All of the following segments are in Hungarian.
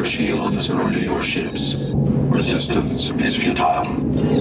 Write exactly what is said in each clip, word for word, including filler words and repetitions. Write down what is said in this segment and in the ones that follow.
shields and surrender your ships. Resistance is futile.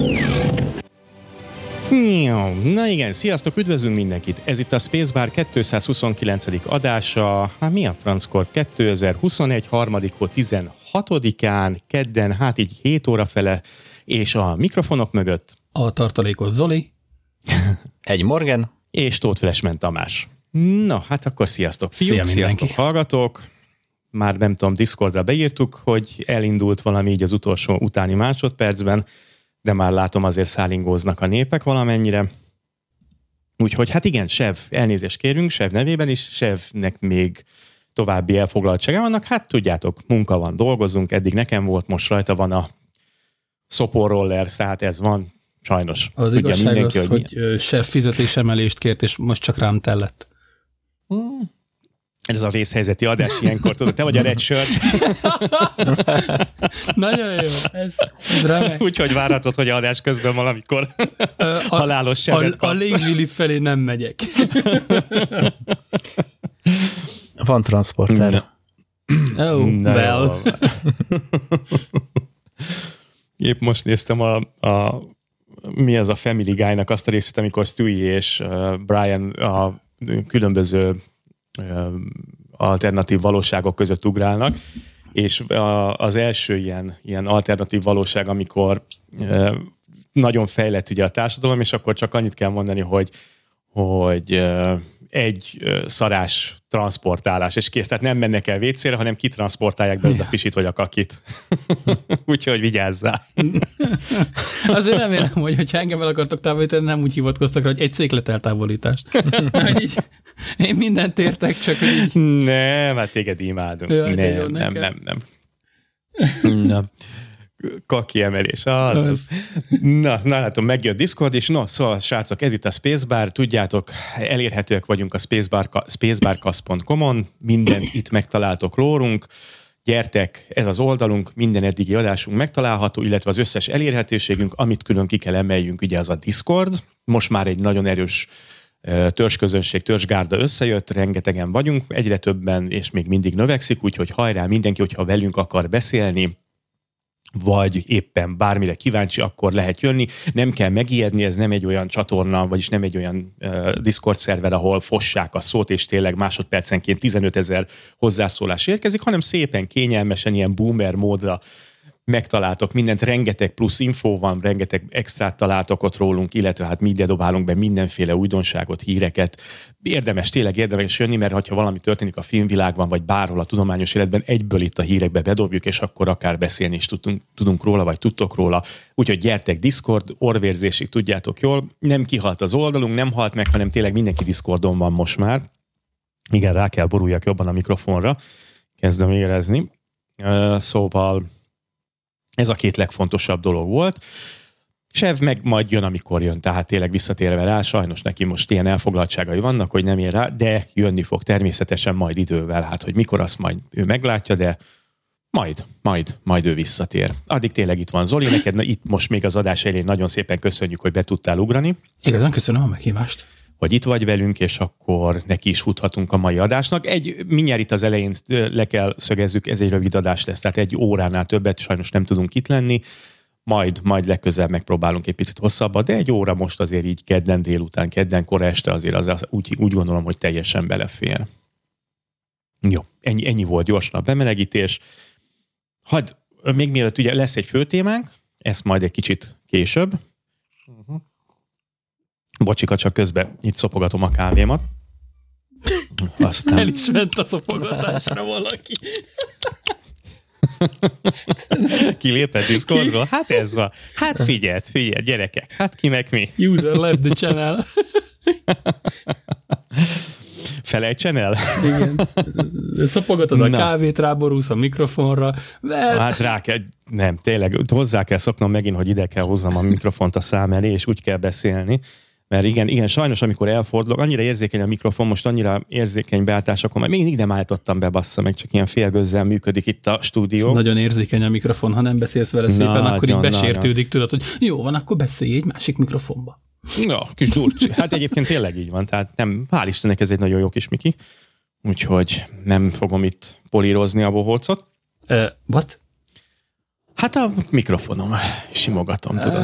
Na igen, sziasztok, üdvözlünk mindenkit! Ez itt a Spacebar kétszázhuszonkilencedik adása, hát mi a franckor? kétezer-huszonegy. harmadik hó tizenhatodikán, kedden, hát így hét óra fele, és a mikrofonok mögött a tartalékos Zoli, egy Morgan, és Tóth Flashman Tamás. Na, hát akkor sziasztok, fiúk, Szia sziasztok, hallgatók! Már nem tudom, Discordra beírtuk, hogy elindult valami így az utolsó utáni másodpercben, de már látom, azért szállingóznak a népek valamennyire. Úgyhogy hát igen, Sev, elnézést kérünk, Sev nevében is, Sevnek még további elfoglaltsága vannak. Hát tudjátok, munka van, dolgozunk, eddig nekem volt, most rajta van a szoporroller, tehát ez van, sajnos. Az Tudja igazság mindenki, az, hogy, hogy Sev fizetésemelést kért, és most csak rám tellett. Hmm. Ez a vészhelyzeti adás ilyenkor, tudod, te vagy a red shirt. Nagyon jó, ez, ez remek. Úgyhogy várhatod, hogy adás közben valamikor a, halálos sebet kapsz. A, a légzsili felé nem megyek. Van transporter. Oh, well. Épp most néztem a, a mi az a Family Guy-nak azt a részét, amikor Stewie és uh, Brian a különböző alternatív valóságok között ugrálnak, és az első ilyen, ilyen alternatív valóság, amikor nagyon fejlett ugye a társadalom, és akkor csak annyit kell mondani, hogy, hogy egy szarás transportálás, és kész, tehát nem mennek el vécére, hanem kitransportálják be ja. a pisit vagy a kakit. Úgyhogy vigyázzál. Azért remélem, hogy hogyha engem el akartok távolítani, nem úgy hivatkoztak rá, hogy egy széklet eltávolítást. így, én mindent értek, csak hogy így... Nem, hát téged imádunk. Ja, nem, jó, nem, nem, nem, nem. nem. Kaki emelés, az, az. Na, na látom, megjött Discord, és no, szóval srácok, ez itt a Spacebar, tudjátok, elérhetőek vagyunk a spacebarcast pont com-on, minden itt megtaláltok rólunk, gyertek, ez az oldalunk, minden eddigi adásunk megtalálható, illetve az összes elérhetőségünk, amit külön ki kell emeljünk, ugye az a Discord, most már egy nagyon erős törzsközönség, törzsgárda összejött, rengetegen vagyunk, egyre többen, és még mindig növekszik, úgyhogy hajrá mindenki, hogyha velünk akar beszélni, vagy éppen bármire kíváncsi, akkor lehet jönni. Nem kell megijedni, ez nem egy olyan csatorna, vagyis nem egy olyan uh, Discord szerver, ahol fossák a szót, és tényleg másodpercenként tizenötezer hozzászólás érkezik, hanem szépen, kényelmesen, ilyen boomer módra megtaláltok mindent, rengeteg plusz infó van, rengeteg extrát találtok ott rólunk, illetve hát mi ide dobálunk be mindenféle újdonságot, híreket. Érdemes, tényleg érdemes jönni, mert ha valami történik a filmvilágban, vagy bárhol a tudományos életben, egyből itt a hírekbe bedobjuk, és akkor akár beszélni is tudunk, tudunk róla, vagy tudtok róla. Úgyhogy gyertek Discord, orvérzésig tudjátok jól. Nem kihalt az oldalunk, nem halt meg, hanem tényleg mindenki Discordon van most már. Igen, rá kell boruljak jobban a mikrofonra. Kezdem érezni. Uh, szóval ez a két legfontosabb dolog volt. Sev meg majd jön, amikor jön, tehát tényleg visszatérve rá, sajnos neki most ilyen elfoglaltságai vannak, hogy nem ér rá, de jönni fog természetesen majd idővel, hát hogy mikor azt majd ő meglátja, de majd, majd, majd ő visszatér. Addig tényleg itt van Zoli, neked na, itt most még az adás elején nagyon szépen köszönjük, hogy be tudtál ugrani. Igazán köszönöm a meghívást. Hogy itt vagy velünk, és akkor neki is futhatunk a mai adásnak. Egy, mindjárt itt az elején le kell szögezzük, ez egy rövid adás lesz, tehát egy óránál többet sajnos nem tudunk itt lenni, majd, majd legközelebb megpróbálunk egy picit hosszabbat, de egy óra most azért így kedden délután, kedden kora este azért az, az úgy, úgy gondolom, hogy teljesen belefér. Jó, ennyi, ennyi volt gyorsan a bemelegítés. Hadd, még mielőtt ugye lesz egy fő témánk, ezt majd egy kicsit később. Uh-huh. Bocsika, csak közben itt szopogatom a kávémat. Aztán... El is ment a szopogatásra valaki. Kilépett Discordról? Hát ez van. Hát figyeld, figyeld, gyerekek. Hát ki meg mi? User left the channel. Felejtsen el? Igen. Szopogatod a Na. kávét, ráborulsz a mikrofonra. Mert... Hát rá kell, nem, tényleg, hozzá kell szoknom megint, hogy ide kell hoznom a mikrofont a szám elé, és úgy kell beszélni. Mert igen, igen, sajnos, amikor elfordulok, annyira érzékeny a mikrofon, most annyira érzékeny beálltásokon, mert még mindig nem állítottam be, bassza meg, csak ilyen félgőzzel működik itt a stúdió. Ez nagyon érzékeny a mikrofon, ha nem beszélsz vele szépen, nagyon, akkor így besértődik, tudod, hogy jó van, akkor beszélj egy másik mikrofonba. Ja, kis durcsi. Hát egyébként tényleg így van, tehát nem, hál' Istennek ez egy nagyon jó kis miki, úgyhogy nem fogom itt polírozni a bohócot. Uh, what? Hát a mikrofonom. Simogatom, tudod.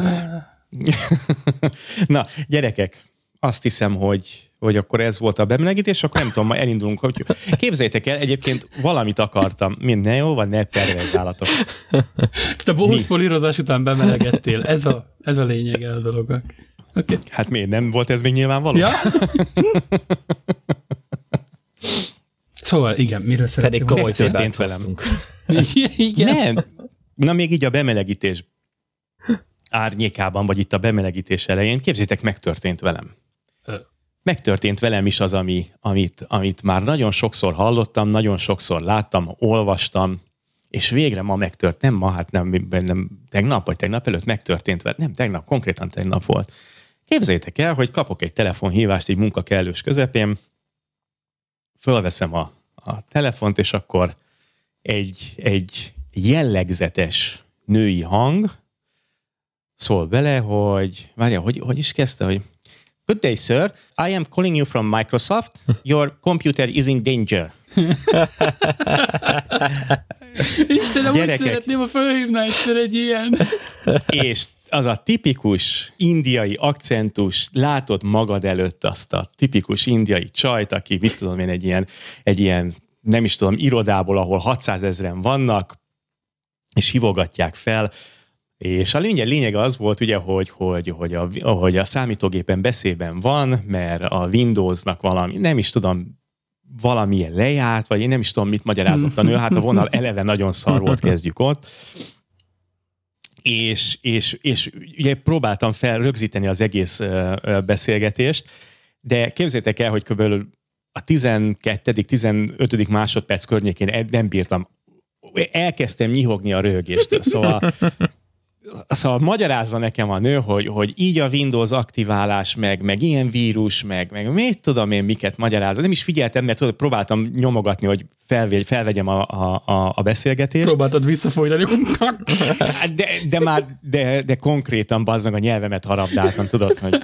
Na, gyerekek, azt hiszem, hogy, hogy akkor ez volt a bemelegítés, akkor nem tudom, ma elindulunk. Hogy... Képzeljétek el, egyébként valamit akartam. Minden jó van, ne perverzállatok. Te bohózpolírozás után bemelegettél. Ez a, ez a lényege a dolognak. Okay. Hát miért nem volt ez még nyilvánvaló? Ja? Szóval igen, miről szeretném? Pedig komoly történt velem. Igen. Nem. Na még így a bemelegítés árnyékában, vagy itt a bemelegítés elején, képzétek, megtörtént velem. Megtörtént velem is az, ami, amit, amit már nagyon sokszor hallottam, nagyon sokszor láttam, olvastam, és végre ma megtört, nem ma, hát nem, nem tegnap, vagy tegnap előtt megtörtént velem, nem tegnap, konkrétan tegnap volt. Képzeljétek el, hogy kapok egy telefonhívást egy munka kellős közepén, fölveszem a, a telefont, és akkor egy, egy jellegzetes női hang szól bele, hogy, várja, hogy, hogy is kezdte, hogy Good day, sir. I am calling you from Microsoft. Your computer is in danger. Istenem, úgy szeretném, ha felhívná egyszer egy ilyen. És az a tipikus indiai akcentus, látod magad előtt azt a tipikus indiai csajt, aki, mit tudom én, egy ilyen, egy ilyen nem is tudom, irodából, ahol hatszázezren vannak, és hívogatják fel. És a lényeg, lényege az volt, ugye, hogy, hogy, hogy, a, hogy a számítógépen beszélben van, mert a Windowsnak valami, nem is tudom, valamilyen lejárt, vagy én nem is tudom, mit magyarázott a nő, hát a vonal eleve nagyon szar volt, kezdjük ott. És, és, és ugye próbáltam fel rögzíteni az egész beszélgetést, de képzeljétek el, hogy körülbelül a tizenkettedik tizenötödik másodperc környékén nem bírtam. Elkezdtem nyihogni a röhögéstől, szóval Szóval magyarázza nekem a nő, hogy, hogy így a Windows aktiválás, meg, meg ilyen vírus, meg, meg mit tudom én, miket magyarázza. Nem is figyeltem, mert tudod, próbáltam nyomogatni, hogy felvegy, felvegyem a, a, a beszélgetést. Próbáltad visszafolytani. De, de már, de, de konkrétan bazzag a nyelvemet harabdáltam, tudod, hogy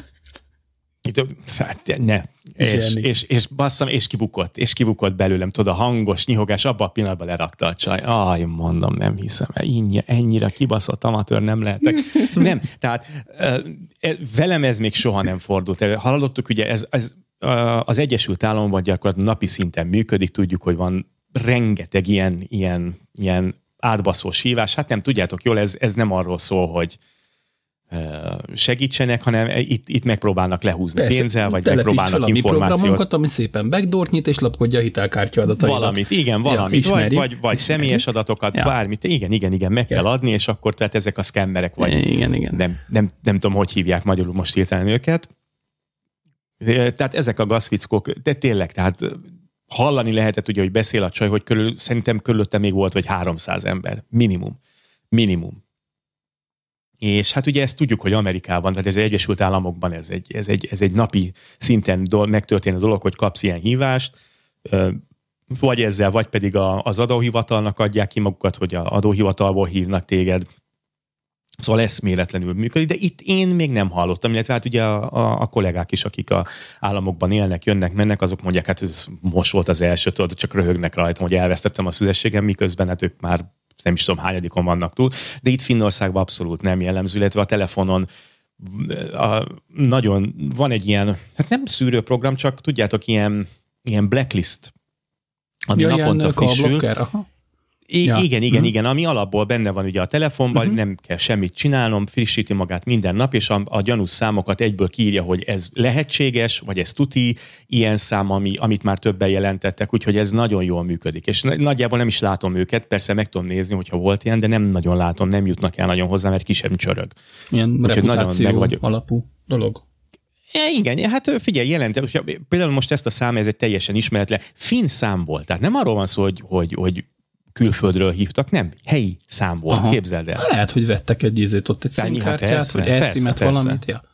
ne. És, és, és basszam, és kibukott, és kibukott belőlem, tudod, a hangos nyihogás, abban a pillanatban lerakta a csaj. Aj, mondom, nem hiszem, ennyire, ennyire kibaszott amatőr nem lehetek. Nem, tehát velem ez még soha nem fordult elő. Hallottuk, ugye ez, ez az Egyesült Államokban gyakorlatilag napi szinten működik, tudjuk, hogy van rengeteg ilyen, ilyen, ilyen átbaszós hívás. Hát nem tudjátok jól, ez, ez nem arról szól, hogy segítsenek, hanem itt, itt megpróbálnak lehúzni Persze, pénzzel, vagy megpróbálnak információt. Programunkat, ami szépen backdoort nyit, és lapkodja a hitelkártya adataidat. Valamit, igen, valamit, ja, vagy, vagy, vagy személyes adatokat, ja. bármit, igen, igen, igen, meg ja. kell adni, és akkor tehát ezek a szkemmerek, vagy igen, igen. Nem, nem, nem tudom, hogy hívják magyarul most hirtelen őket. Tehát ezek a gazfickók, de tényleg, tehát hallani lehetett, ugye, hogy beszél a csaj, hogy körül, szerintem körülötte még volt, vagy háromszáz ember. Minimum. Minimum. És hát ugye ezt tudjuk, hogy Amerikában, tehát ez az Egyesült Államokban ez egy, ez egy, ez egy napi szinten do, megtörténő dolog, hogy kapsz ilyen hívást, vagy ezzel, vagy pedig a, az adóhivatalnak adják ki magukat, hogy az adóhivatalból hívnak téged. Szóval eszméletlenül működik, de itt én még nem hallottam, illetve hát ugye a, a, a kollégák is, akik a államokban élnek, jönnek, mennek, azok mondják, hát ez most volt az első, tudod, csak röhögnek rajtam, hogy elvesztettem a szüzességem, miközben hát ők már nem is tudom, hányadikon vannak túl, de itt Finnországban abszolút nem jellemző, illetve a telefonon a, nagyon van egy ilyen, hát nem szűrőprogram, csak tudjátok, ilyen, ilyen blacklist, ami ja, naponta frissül. I- ja. Igen, igen, mm. igen, ami alapból benne van ugye a telefonban, mm-hmm. nem kell semmit csinálnom, frissíti magát minden nap, és a, a gyanús számokat egyből kiírja, hogy ez lehetséges, vagy ez tuti, ilyen szám, ami, amit már többen jelentettek, úgyhogy ez nagyon jól működik. És nagyjából nem is látom őket, persze meg tudom nézni, hogyha volt ilyen, de nem nagyon látom, nem jutnak el nagyon hozzá, mert ki sem csörög. Ilyen úgyhogy reputáció vagy... alapú dolog. Ja, igen, hát figyelj, jelent, például most ezt a szám, ez egy teljesen ismeretlen finn szám volt, tehát nem arról van szó, hogy, hogy, hogy külföldről hívtak, nem, helyi szám volt, Aha. képzeld el. Lehet, hogy vettek egy ízét ott, egy színkártyát, vagy elszímet valamit. Ja.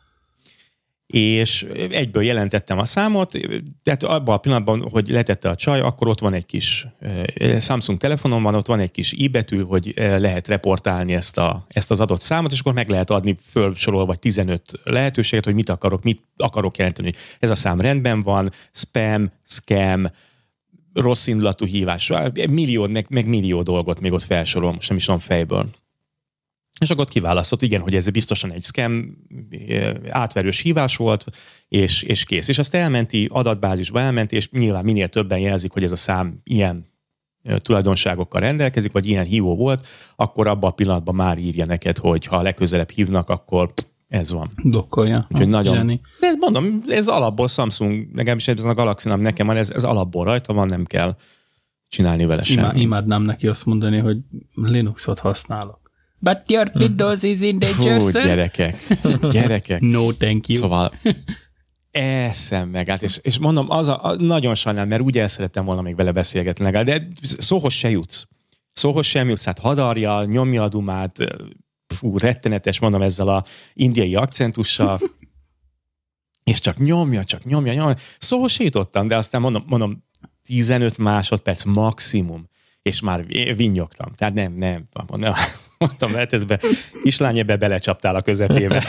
És egyből jelentettem a számot, tehát abban a pillanatban, hogy letette a csaj, akkor ott van egy kis Samsung telefonon van, ott van egy kis i betű, hogy lehet reportálni ezt, a, ezt az adott számot, és akkor meg lehet adni fölsorol vagy tizenöt lehetőséget, hogy mit akarok, mit akarok jelenteni. Ez a szám rendben van, spam, scam, rossz indulatú hívás, millió, meg, meg millió dolgot még ott felsorol, most nem is tudom fejből. És akkor ott kiválasztott, igen, hogy ez biztosan egy scam, átverős hívás volt, és, és kész. És azt elmenti, adatbázisba elmenti, és nyilván minél többen jelzik, hogy ez a szám ilyen tulajdonságokkal rendelkezik, vagy ilyen hívó volt, akkor abban a pillanatban már írja neked, hogy ha legközelebb hívnak, akkor ez van. Dokkolja. Úgyhogy nagyon... Zseni. De mondom, ez alapból Samsung, nekem is ez a Galaxy nekem van, ez, ez alapból rajta van, nem kell csinálni vele semmit. Imá, imádnám neki azt mondani, hogy Linuxot használok. But your Windows is in danger, Hú, sir. gyerekek, gyerekek. No, thank you. Szóval eszem meg át, és, és mondom, az a, a, nagyon sajnálom, mert úgy el szerettem volna még vele beszélgetni legalább, de szóhoz se jutsz. Szóhoz sem jutsz, hát hadarja, nyomja a dumát, fú, rettenetes, mondom, ezzel a indiai akcentussal, és csak nyomja, csak nyomja, nyomja. Szóhoz se jutottam, de aztán mondom, mondom, tizenöt másodperc maximum, és már vinnyogtam. Tehát nem, nem, mondom, mondtam, lehet ez be, kislány ebbe belecsaptál a közepébe.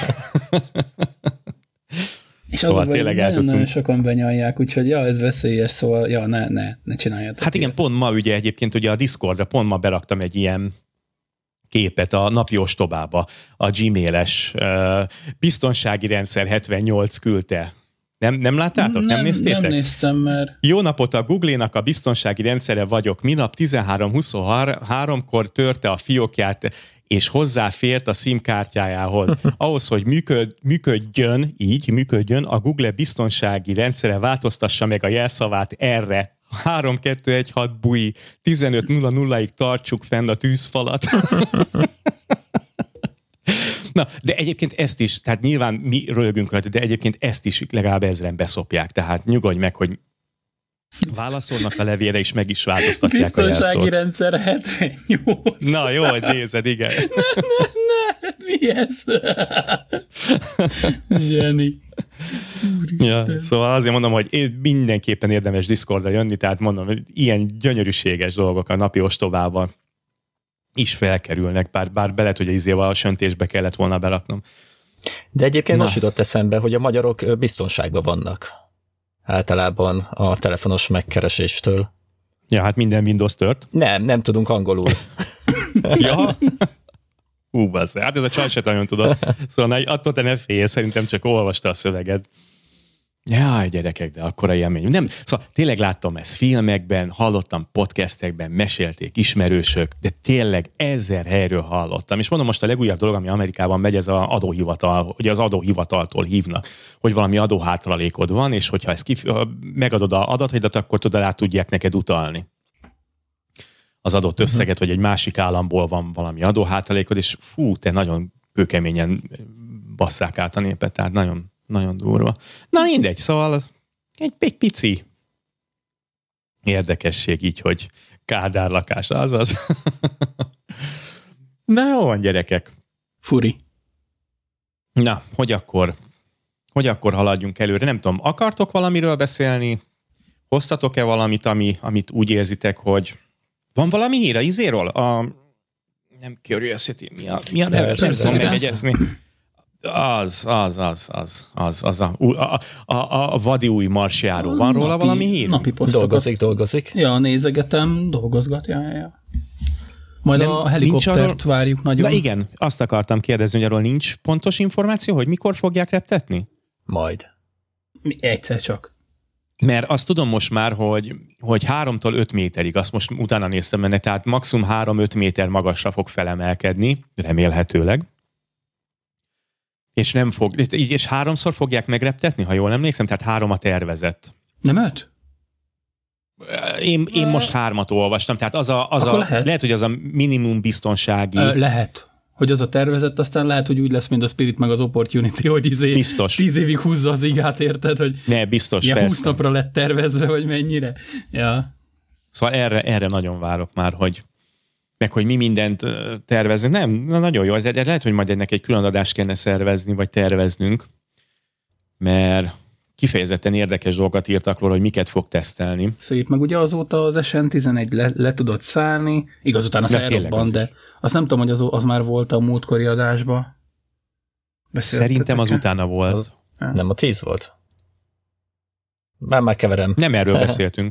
És szóval az a tényleg nagyon, nagyon el sokan benyalják, úgyhogy ja, ez veszélyes, szóval ja, ne, ne, ne csináljátok. Hát igen, pont ma ugye egyébként ugye a Discordra, pont ma beraktam egy ilyen képet a napi ostobába, a Gmail-es uh, biztonsági rendszer hetvennyolc küldte. Nem, nem láttátok? Nem, nem néztétek? Nem néztem, mert... Jó napot, a Google-nak a biztonsági rendszere vagyok. Minap tizenhárom huszonháromkor törte a fiókját, és hozzáfért a SIM-kártyájához. Ahhoz, hogy működ, működjön, így működjön, a Google biztonsági rendszere változtassa meg a jelszavát erre. három kettő egy hat bui, tizenöt nulla nulla-ig tartsuk fenn a tűzfalat. Na, de egyébként ezt is, tehát nyilván mi rögünk rajta, de egyébként ezt is legalább ezren beszopják. Tehát nyugodj meg, hogy válaszolnak a levélre, és meg is változtatják a jelszót. Biztonsági rendszer hetvennyolc. Na jó, hogy nézed, igen. Ne, ne, ne, mi ez? Zseni. Ja, szóval azért mondom, hogy mindenképpen érdemes Discordra jönni, tehát mondom, hogy ilyen gyönyörűséges dolgok a napi ostobában is felkerülnek, bár, bár belet, hogy izéval a söntésbe kellett volna beraknom. De egyébként Na. most jutott eszembe, hogy a magyarok biztonságban vannak. Általában a telefonos megkereséstől. Ja, hát minden Windows tört. Nem, nem tudunk angolul. Ja. Hú, bassz, hát ez a csaj se nagyon tudod. Szóval attól te ne félj, szerintem csak olvasta a szöveged. Jaj, gyerekek, de akkora élmény. Nem, szóval tényleg láttam ezt filmekben, hallottam podcastekben, mesélték ismerősök, de tényleg ezer helyről hallottam. És mondom, most a legújabb dolog, ami Amerikában megy, ez az adóhivatal, hogy az adóhivataltól hívnak, hogy valami adóhátralékod van, és hogyha ezt kif- megadod az adataidat, akkor tudod, át tudják neked utalni az adott összeget, vagy egy másik államból van valami adóhátralékod, és fú, te nagyon kőkeményen basszák át a népet, tehát nagyon Nagyon durva. Na mindegy, szóval egy, egy pici érdekesség így, hogy Kádár lakás, azaz. Na jó van, gyerekek. Furi. Na, hogy akkor, hogy akkor haladjunk előre? Nem tudom, akartok valamiről beszélni? Hoztatok-e valamit, ami, amit úgy érzitek, hogy van valami hír a izéről? A, nem Curiosity, mi a, mi a neve? Nem tudom megjegyezni. Az, az, az, az, az, az a, a, a, a vadi új marsjáró. Van róla napi, valami hír? Napi posztokat. Dolgozik, dolgozik. Ja, nézegetem, dolgozgat, ja, ja, ja. Majd nem, a helikoptert arról... várjuk nagyon. Na igen, azt akartam kérdezni, hogy arról nincs pontos információ, hogy mikor fogják reptetni? Majd. Mi, egyszer csak. Mert azt tudom most már, hogy, hogy háromtól öt méterig, azt most utána néztem benne, tehát maximum három-öt méter magasra fog felemelkedni, remélhetőleg. És nem fog, és háromszor fogják megreptetni, ha jól emlékszem, tehát három a tervezett. Nem öt? Én, én most hármat olvastam, tehát az a, az a lehet. lehet, hogy az a minimum biztonsági... Ö, lehet. Hogy az a tervezett, aztán lehet, hogy úgy lesz, mint a Spirit meg az Opportunity, hogy izé biztos. tíz évig húzza az igát, érted? Hogy ne, biztos, ilyen persze. húsz napra lett tervezve, vagy mennyire. Ja. Szóval erre, erre nagyon várok már, hogy meg hogy mi mindent tervezünk. Nem, na nagyon jó. De lehet, hogy majd ennek egy külön adást kellene szervezni, vagy terveznünk, mert kifejezetten érdekes dolgokat írtak róla, hogy miket fog tesztelni. Szép, meg ugye azóta az es en tizenegy le, le tudott szállni, igaz, utána felrobban, de azt nem tudom, hogy az, az már volt a múltkori adásban. Szerintem az utána volt. Az, nem, a tíz volt. Már már keverem. Nem erről beszéltünk.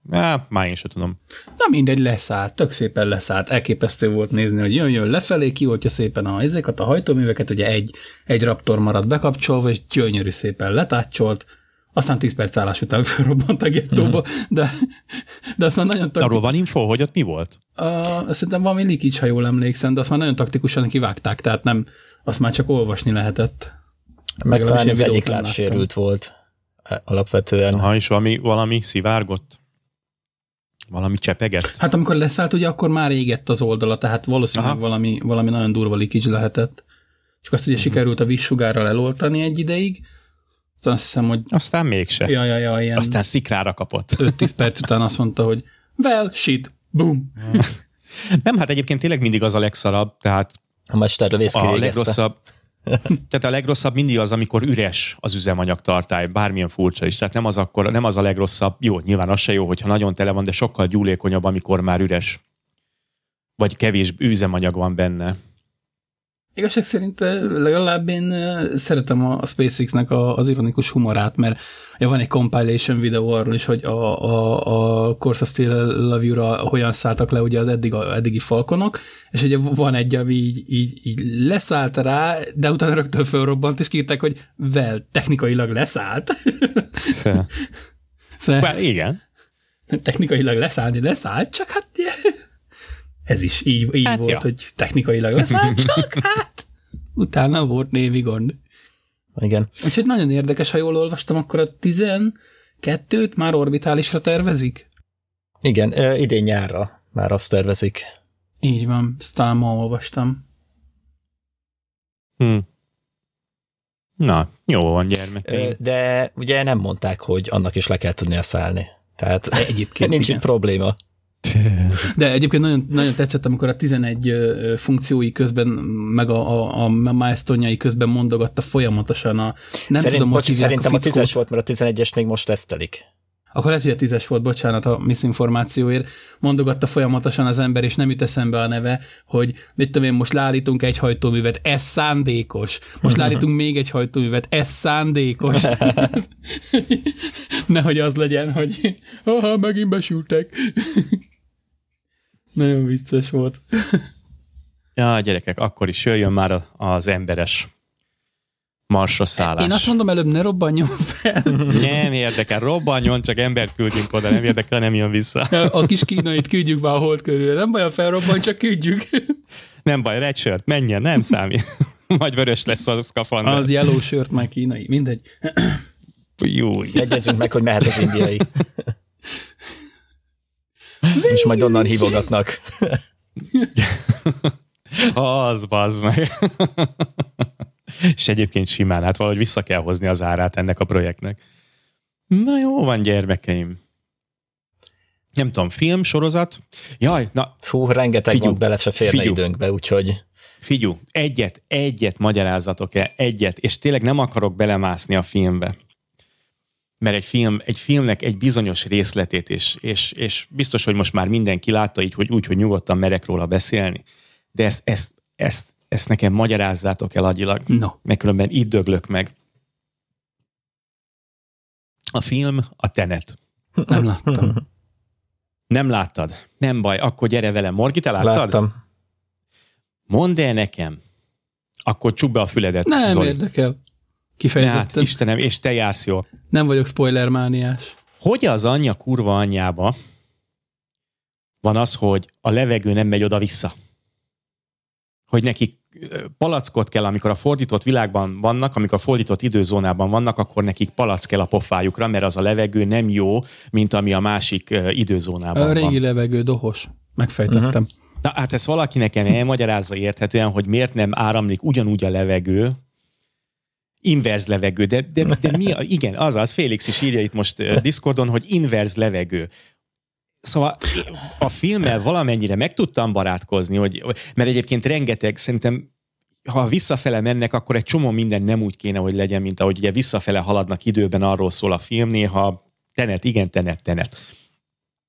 Á, már én sem tudom. Na mindegy, leszállt, tök szépen leszállt. Elképesztő volt nézni, hogy jön-jön lefelé, kioltja szépen a, ezeket a hajtóműveket, ugye egy, egy Raptor maradt bekapcsolva, és gyönyörű szépen letácsolt, aztán tíz perc állás után felrobbant a gettóba, uh-huh. de, de azt már nagyon taktikus... Arról van info, hogy ott mi volt? Uh, szerintem valami leakage, ha jól emlékszem, de azt már nagyon taktikusan kivágták, tehát nem, azt már csak olvasni lehetett. Meg talán az egyik láb sérült volt alapvetően. Ha is valami, valami szivárgott? Valami csepegett? Hát amikor leszállt, ugye akkor már égett az oldala, tehát valószínűleg valami, valami nagyon durva leakage lehetett. Csak azt ugye uh-huh. sikerült a vízsugárral eloltani egy ideig, aztán azt hiszem, hogy... Aztán mégse. Ja, ja, ja, ilyen Aztán szikrára kapott. öt-tíz perc után azt mondta, hogy well, shit, boom. Nem, hát egyébként tényleg mindig az a legszarabb, tehát a mesterre vész a legrosszabb, tehát a legrosszabb mindig az, amikor üres az üzemanyagtartály, bármilyen furcsa is. Tehát nem az, akkor, nem az a legrosszabb, jó, nyilván az se jó, hogyha nagyon tele van, de sokkal gyúlékonyabb, amikor már üres, vagy kevés üzemanyag van benne. Igazság szerint legalább én szeretem a SpaceX-nek az ironikus humorát, mert van egy compilation videó arról is, hogy a, a, a Corsa Still Love You-ra hogyan szálltak le ugye az eddig, a, eddigi Falconok, és ugye van egy, ami így, így, így leszállt rá, de utána rögtön fölrobbant, és kiírták, hogy vel, technikailag leszállt. Szóval, szóval, igen. Technikailag leszállni leszállt, csak hát... Ez is így, így hát volt, ja. hogy technikailag leszállt, csak hát utána volt névi gond. Igen. Úgyhogy nagyon érdekes, ha jól olvastam, akkor a tizenkettőt már orbitálisra tervezik? Igen, idén nyárra már azt tervezik. Így van, ezt talán ma olvastam. Hm. Na, jó van, gyermekeim. De ugye nem mondták, hogy annak is le kell tudnia szállni. Tehát egyébként nincs itt probléma. De egyébként nagyon, nagyon tetszett, amikor a tizenegy funkciói közben, meg a, a, a milestone-jai közben mondogatta folyamatosan a... Nem Szerint, tudom, bocs, hogy szerintem a, a tízes volt, mert a tizenegyes még most tesztelik. Akkor lehet, hogy a tízes volt, bocsánat a misinformációért, mondogatta folyamatosan az ember, és nem jut eszembe a neve, hogy mit tudom én, most leállítunk egy hajtóművet, ez szándékos. Most leállítunk még egy hajtóművet, ez szándékos. Nehogy az legyen, hogy aha, megint besültek. Nagyon vicces volt. Ja, gyerekek, akkor is jöjjön már az emberes Marsra szállás. Én azt mondom, előbb ne robbanjon fel. Nem érdekel, robbanjon, csak embert küldjünk oda, nem érdekel, nem jön vissza. A kis kínait küldjük már a hold körül. Nem baj, a felrobban, csak küldjük. Nem baj, red shirt, menjen, nem számít. Majd vörös lesz a szkafander. Az yellow shirt már kínai, mindegy. Jó. Egyezünk meg, hogy mehet az indiai. És majd onnan hívogatnak. Az, bazd meg. És egyébként simán, hát valahogy vissza kell hozni az árát ennek a projektnek. Na jó van, gyermekeim. Nem tudom, film, sorozat? Jaj, na. Hú, rengeteg figyú, van, bele se férne figyú. időnkbe, úgyhogy... Figyú, egyet, egyet magyarázzatok el, egyet, és tényleg nem akarok belemászni a filmbe. Mert egy, film, egy filmnek egy bizonyos részletét, és, és, és biztos, hogy most már mindenki látta így, hogy úgy, hogy nyugodtan merek róla beszélni. De ezt, ezt, ezt, ezt nekem magyarázzátok el agyilag. No. Mert különben így döglök meg. A film a Tenet. Nem láttam. Nem láttad? Nem baj, akkor gyere velem. Morgi, te láttad? Láttam. Mondd el nekem. Akkor csukd be a füledet, Nem Zoli. érdekel. Kifejezetten. Hát, Istenem, és te jársz jól. Nem vagyok spoilermániás. Hogy az anyja kurva anyjába van az, hogy a levegő nem megy oda-vissza? Hogy nekik palackot kell, amikor a fordított világban vannak, amikor a fordított időzónában vannak, akkor nekik palack kell a pofájukra, mert az a levegő nem jó, mint ami a másik időzónában a régi van. levegő dohos. Megfejtettem. Uh-huh. Na hát ezt valaki nekem elmagyarázza érthetően, hogy miért nem áramlik ugyanúgy a levegő, inverz levegő, de, de, de mi a, igen, azaz, Félix is írja itt most Discordon, hogy inverz levegő. Szóval a filmmel valamennyire meg tudtam barátkozni, hogy, mert egyébként rengeteg, szerintem ha visszafele mennek, akkor egy csomó minden nem úgy kéne, hogy legyen, mint ahogy ugye visszafele haladnak időben, arról szól a film, néha Tenet, igen, Tenet, Tenet.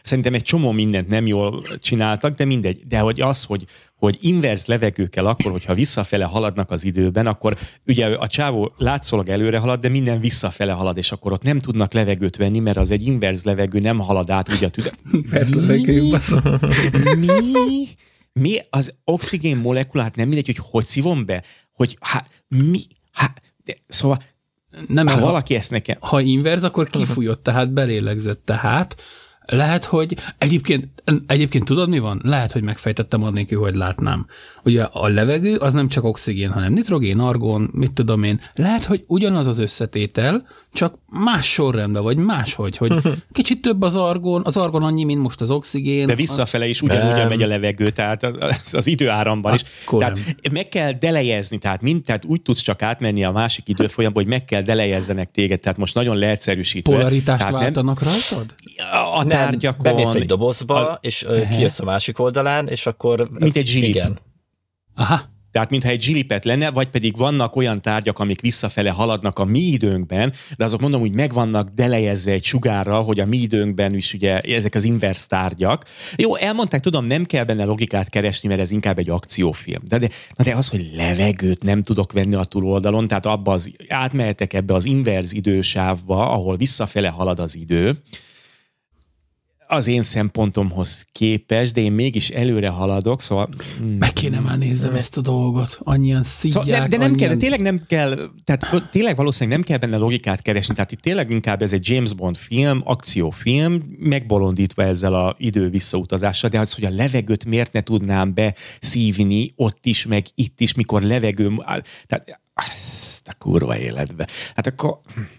szerintem egy csomó mindent nem jól csináltak, de mindegy. De hogy az, hogy, hogy inverz levegőkkel akkor, hogyha visszafele haladnak az időben, akkor ugye a csávó látszólag előre halad, de minden visszafele halad, és akkor ott nem tudnak levegőt venni, mert az egy inverz levegő nem halad át, ugye a tüde... Mi? Mi? Mi? Az oxigén molekulát nem mindegy, hogy hogy szívom be? Hogy hát mi? Hát, de, szóval nem, ha ha, valaki ezt nekem... Ha inverz, akkor kifújott, tehát belélegzett, tehát lehet, hogy egyébként, egyébként tudod, mi van? Lehet, hogy megfejtettem annélkül, hogy látnám. Ugye a levegő az nem csak oxigén, hanem nitrogén, argon, mit tudom én. Lehet, hogy ugyanaz az összetétel, csak más sorrendben, vagy máshogy, hogy kicsit több az argon, az argon annyi, mint most az oxigén. De visszafele is ugyanúgy megy a levegő, tehát az, az időáramban is. Akkor tehát nem. meg kell delejezni, tehát, mind, tehát úgy tudsz csak átmenni a másik időfolyamba, hogy meg kell delejezzenek téged, tehát most nagyon leegyszerűsítve. Polaritást tehát váltanak nem, rajtad? A tárgyakon... Bemész egy dobozba, a, és kijössz a másik oldalán, és akkor... Mint egy zsilip. Igen. Aha. Tehát mintha egy zsilipet lenne, vagy pedig vannak olyan tárgyak, amik visszafele haladnak a mi időnkben, de azok mondom, hogy meg vannak delejezve egy sugárral, hogy a mi időnkben is ugye ezek az inverse tárgyak. Jó, elmondták, tudom, nem kell benne logikát keresni, mert ez inkább egy akciófilm. De, de, de az, hogy levegőt nem tudok venni a túloldalon, tehát abba az, átmehetek ebbe az inverse idősávba, ahol visszafele halad az idő, az én szempontomhoz képes, de én mégis előre haladok, szóval... Meg kéne már nézzem ezt a dolgot. Annyian szidják, szóval, de, de nem annyian... kell, de tényleg nem kell, tehát tényleg valószínűleg nem kell benne logikát keresni, tehát itt tényleg inkább ez egy James Bond film, akciófilm, megbolondítva ezzel az idő visszautazással, de az, hogy a levegőt miért ne tudnám beszívni ott is, meg itt is, mikor levegő... Tehát azt a kurva életbe. Hát akkor...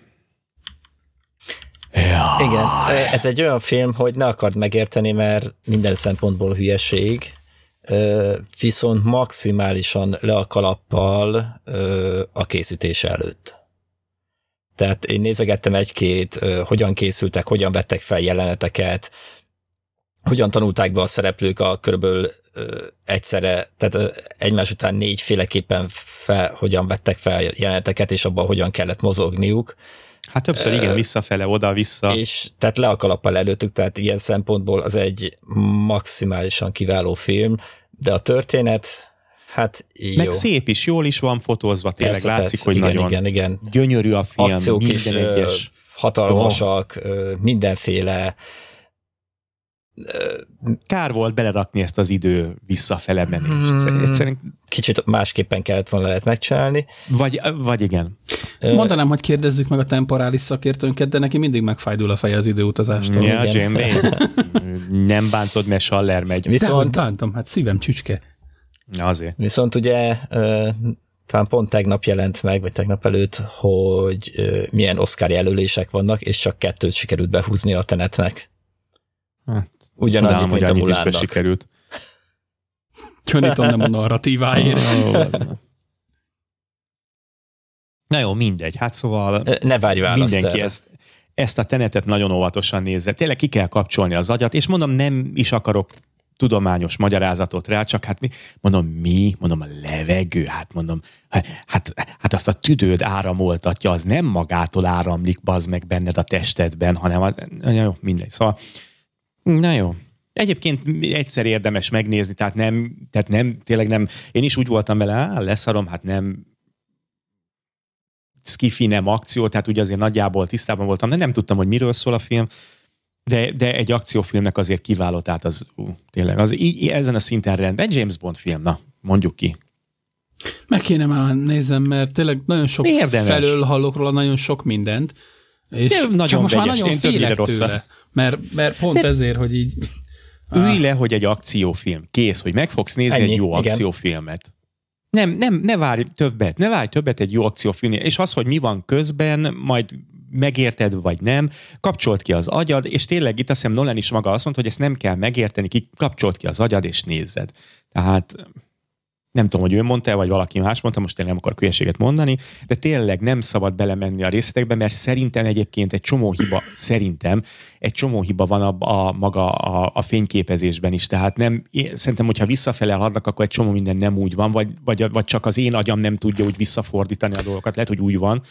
Ja. Igen, ez egy olyan film, hogy ne akard megérteni, mert minden szempontból hülyeség, viszont maximálisan le a kalappal a készítés előtt. Tehát én nézegettem egy-két, hogyan készültek, hogyan vettek fel jeleneteket, hogyan tanulták be a szereplők a körülbelül egyszerre, tehát egymás után négyféleképpen fel, hogyan vettek fel jeleneteket, és abban hogyan kellett mozogniuk. Hát többször igen, visszafele, oda-vissza. És tehát le a kalappal előttük, tehát ilyen szempontból az egy maximálisan kiváló film, de a történet, hát jó. Meg szép is, jól is van fotózva, tényleg persze, látszik, persze, hogy igen, nagyon igen, igen. gyönyörű a film, akciók minden is egyes. hatalmasak, oh. mindenféle. Kár volt belerakni ezt az idő visszafele menést. Hmm. Egyszerűen... Kicsit másképpen kellett volna lehet megcsinálni. Vagy, vagy igen. Mondanám, hogy kérdezzük meg a temporális szakértőnket, de neki mindig megfájdul a feje az időutazástól. Ja, Jane nem bántod, mert Schaller megy. Viszont... bántom, hát szívem csücske. Na azért. Viszont ugye talán pont tegnap jelent meg, vagy tegnap előtt, hogy milyen Oscar jelölések vannak, és csak kettőt sikerült behúzni a Tenetnek. Hát, ugyanannyit, mint a Mulánnak. sikerült. Gyanítom, nem a narratíváért. Na jó, mindegy. Hát szóval ne várj választ mindenki ezt, ezt a Tenetet nagyon óvatosan nézze. Tényleg ki kell kapcsolni az agyat, és mondom, nem is akarok tudományos magyarázatot rá, csak hát mi, mondom, mi? Mondom, a levegő, hát mondom, hát, hát azt a tüdőd áramoltatja, az nem magától áramlik, bazd meg benned a testedben, hanem a, jó, mindegy. Szóval, na jó. Egyébként egyszer érdemes megnézni, tehát nem, tehát nem, tényleg nem, én is úgy voltam vele, á, leszarom, hát nem skifi, nem akció, tehát ugye azért nagyjából tisztában voltam, de nem tudtam, hogy miről szól a film, de, de egy akciófilmnek azért kiváló, tehát az ú, tényleg, az így, ezen a szinten rendben, James Bond film, na, mondjuk ki. Meg kéne már nézzem, mert tényleg nagyon sok érdemes. Felől hallok róla nagyon sok mindent, és de nagyon csak most vegyes. Már nagyon félek tőle, mert, mert pont de ezért, hogy így... Ülj le, hogy egy akciófilm. Kész, hogy meg fogsz nézni Ennyi, egy jó igen. akciófilmet. Nem, nem, ne várj többet, ne várj többet egy jó akciófilmnél. És az, hogy mi van közben, majd megérted, vagy nem, kapcsolt ki az agyad, és tényleg itt azt hiszem Nolan is maga azt mondta, hogy ezt nem kell megérteni, ki kapcsolt ki az agyad, és nézzed. Tehát nem tudom, hogy ő mondta, vagy valaki más mondta, most én nem akarok hülyeséget mondani, de tényleg nem szabad belemenni a részletekbe, mert szerintem egyébként egy csomó hiba, szerintem egy csomó hiba van a, a maga a, a fényképezésben is, tehát nem, én, szerintem, hogyha visszafele haladnak, akkor egy csomó minden nem úgy van, vagy, vagy, vagy csak az én agyam nem tudja úgy visszafordítani a dolgokat, lehet, hogy úgy van,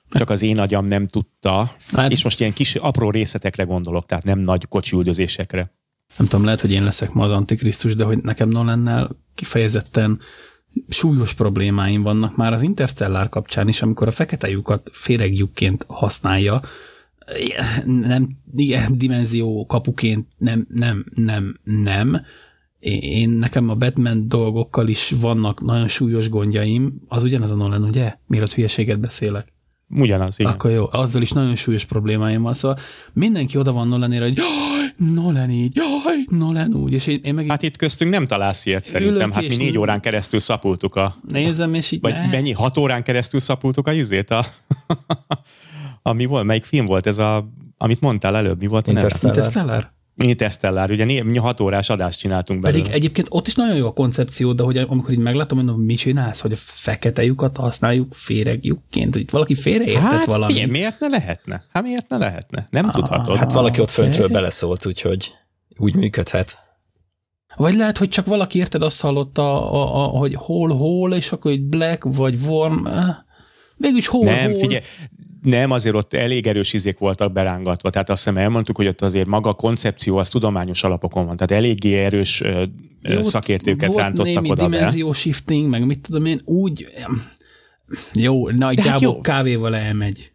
csak az én agyam nem tudta, hát, és most ilyen kis apró részletekre gondolok, tehát nem nagy kocsiüldözésekre. Nem tudom, lehet, hogy én leszek ma az Antikrisztus, de hogy nekem Nolannel kifejezetten súlyos problémáim vannak már az Interstellar kapcsán is, amikor a fekete lyukat féregjukként használja, nem igen, dimenzió kapuként, nem, nem, nem, nem. Én nekem a Batman dolgokkal is vannak nagyon súlyos gondjaim, az ugyanaz a Nolan, ugye? Mielőtt hülyeséget beszélek. Ugyanaz, igen. Akkor jó, azzal is nagyon súlyos problémáim van, szóval mindenki oda van Nolanére, hogy jaj, Nolan így, jaj, Nolan úgy, és én, én meg Hát itt köztünk nem találsz ilyet szerintem, hát mi négy órán keresztül szapultuk a... Nézem, és így... Vagy ne. mennyi, hat órán keresztül szapultuk a izét, a... ami volt, melyik film volt ez a... Amit mondtál előbb, mi volt a neve? Interstellar. Interstellar? Interstellar, ugye hat órás adást csináltunk belőle. Pedig egyébként ott is nagyon jó a koncepció, de hogy amikor így meglátom, mondom, mit csinálsz, hogy a fekete lyukat használjuk féregjukként, hogy itt valaki félreértett hát, valami. Figyelj, miért ne lehetne? Hát miért ne lehetne? Nem ah, tudhatod. Hát valaki ott okay. föntről beleszólt, úgyhogy úgy működhet. Vagy lehet, hogy csak valaki érted azt hallotta, a, a, hogy hol, hol, és akkor hogy black, vagy warm. Végülis hol, Nem, hol. figyelj, nem, azért ott elég erős izék voltak berángatva, tehát azt hiszem elmondtuk, hogy ott azért maga a koncepció az tudományos alapokon van, tehát eléggé erős ö, jó, szakértőket rántottak oda be. Volt némi dimenzió shifting, meg mit tudom én, úgy, jó, nagyjából kávéval elmegy.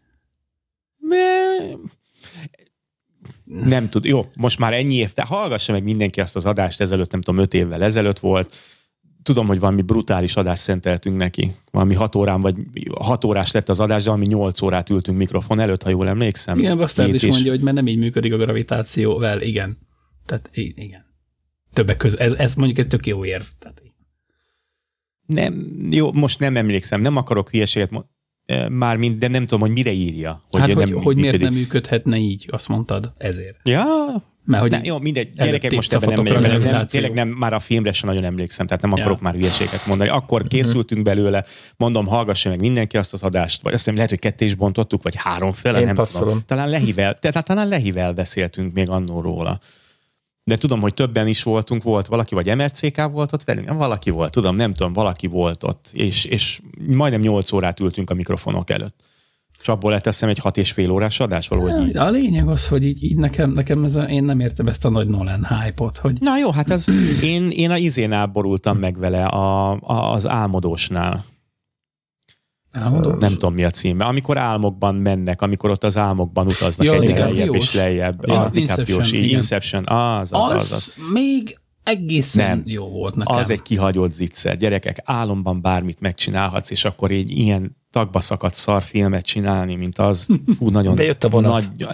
Nem tud, jó, most már ennyi év, de hallgassa meg mindenki azt az adást ezelőtt, nem tudom, öt évvel ezelőtt volt. Tudom, hogy valami brutális adást szenteltünk neki. Valami hat órán, vagy hat órás lett az adás, de valami nyolc órát ültünk mikrofon előtt, ha jól emlékszem. Igen, Bastard is mondja, hogy mert nem így működik a gravitáció. Well, igen. Tehát igen. Többek között. Ez, ez mondjuk egy tök jó érv. Tehát, nem, jó, most nem emlékszem, nem akarok hülyeséget mondani. Mármint, de nem tudom, hogy mire írja. Hogy hát, nem hogy, hogy miért nem működhetne így, azt mondtad, ezért. Ja, mert hogy ne, jó, mindegy, gyerekek most ebben nem megyek, nem, nem, tényleg nem, már a filmre sem nagyon emlékszem, tehát nem akarok ja. már hülyeséget mondani. Akkor készültünk belőle, mondom, hallgassa meg mindenki azt az adást, vagy azt hiszem lehet, hogy ketté is bontottuk, vagy három fele, Én nem passzolom. tudom. Talán Lehivel, tehát talán Lehivel beszéltünk még annól róla. De tudom, hogy többen is voltunk, volt valaki, vagy em er cé ká volt ott velünk? Valaki volt, tudom, nem tudom, valaki volt ott, és, és majdnem nyolc órát ültünk a mikrofonok előtt. És abból lett azt hiszem egy hat és fél órás adás valahogy így. A lényeg az, hogy így, így nekem, nekem ez a, én nem értem ezt a nagy Nolan hype-ot. Hogy... Na jó, hát ez, én, én a izénál borultam meg vele, a, a, az álmodósnál. Álmodós? Nem tudom mi a címe. Amikor álmokban mennek, amikor ott az álmokban utaznak, ja, egyre lejjebb és lejjebb. Ja, az DiCaprio-s, Inception, az, az, az, az, az. még egészen nem, jó volt nekem. Az egy kihagyott zicser. Gyerekek, álomban bármit megcsinálhatsz, és akkor egy ilyen tagba szakadt szarfilmet csinálni, mint az. Fú, nagyon... De jött a vonat. Nagy...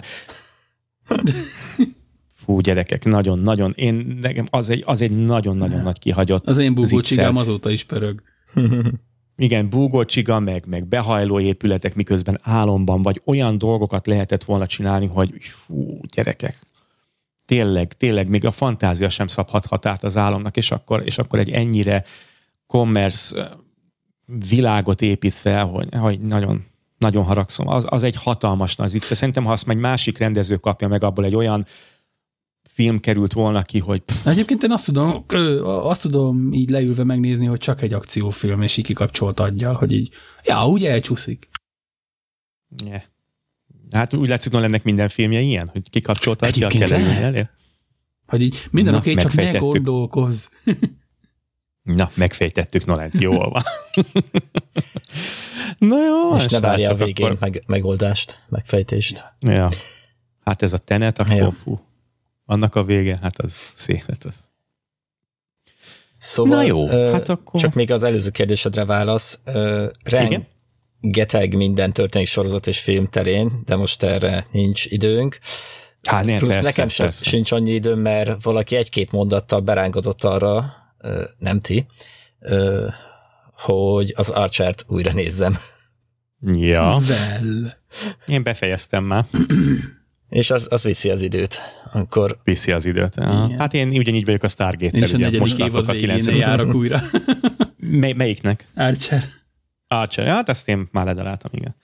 Fú, gyerekek, nagyon-nagyon, én, nekem az egy, az egy nagyon-nagyon nagy kihagyott az én búgócsigám azóta is pörög. Igen, búgócsiga, meg, meg behajló épületek, miközben álomban, vagy olyan dolgokat lehetett volna csinálni, hogy fú, gyerekek, tényleg, tényleg még a fantázia sem szabhat határt az álomnak, és akkor, és akkor egy ennyire commerce világot épít fel, hogy, hogy nagyon, nagyon haragszom. Az, az egy hatalmas nagy vicc. Szerintem, ha azt egy másik rendező kapja meg, abból egy olyan film került volna ki, hogy... Pff. Egyébként én azt tudom, azt tudom így leülve megnézni, hogy csak egy akciófilm, és így kikapcsolt aggyal, hogy így, ja, úgy elcsúszik. Yeah. Hát úgy látszik, hogy ennek minden filmje ilyen, hogy kikapcsolt aggyal kell leülni. Hogy így minden oké, csak ne gondolkozz. Na, megfejtettük Nolent, jól van. Na jó, és ne várja a végén akkor... meg, megoldást, megfejtést. Ja. Hát ez a Tenet, akkor ja. fú. Annak a vége, hát az szép, hát az. Szóval, na jó, uh, hát akkor... csak még az előző kérdésedre válasz. Uh, rengeteg minden történik sorozat és film terén, de most erre nincs időnk. Hát nem, Plusz persze, nekem sem persze. sincs annyi időm, mert valaki egy-két mondattal berángatott arra, uh, nem ti, uh, hogy az Archert újra nézzem. Ja. Well. Én befejeztem már. És az, az viszi az időt. Akkor... Viszi az időt. Hát én ugyanígy vagyok a Stargate-tel. Én is a negyedik évad végén járok újra. Mely, melyiknek? Archer. Archer. Hát ezt én már ledaláltam, igen.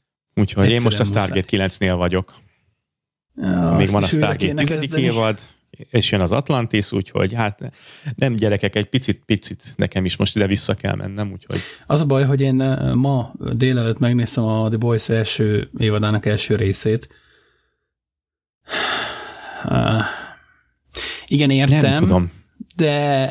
Úgyhogy egyszerűen én most a Stargate kilencnél vagyok. Ja, még van a Stargate tizedik évad. és jön az Atlantis, úgyhogy hát nem gyerekek, egy picit-picit nekem is most ide vissza kell mennem, úgyhogy... Az a baj, hogy én ma délelőtt megnéztem a The Boys első évadának első részét. Uh, igen, értem. Nem tudom. De...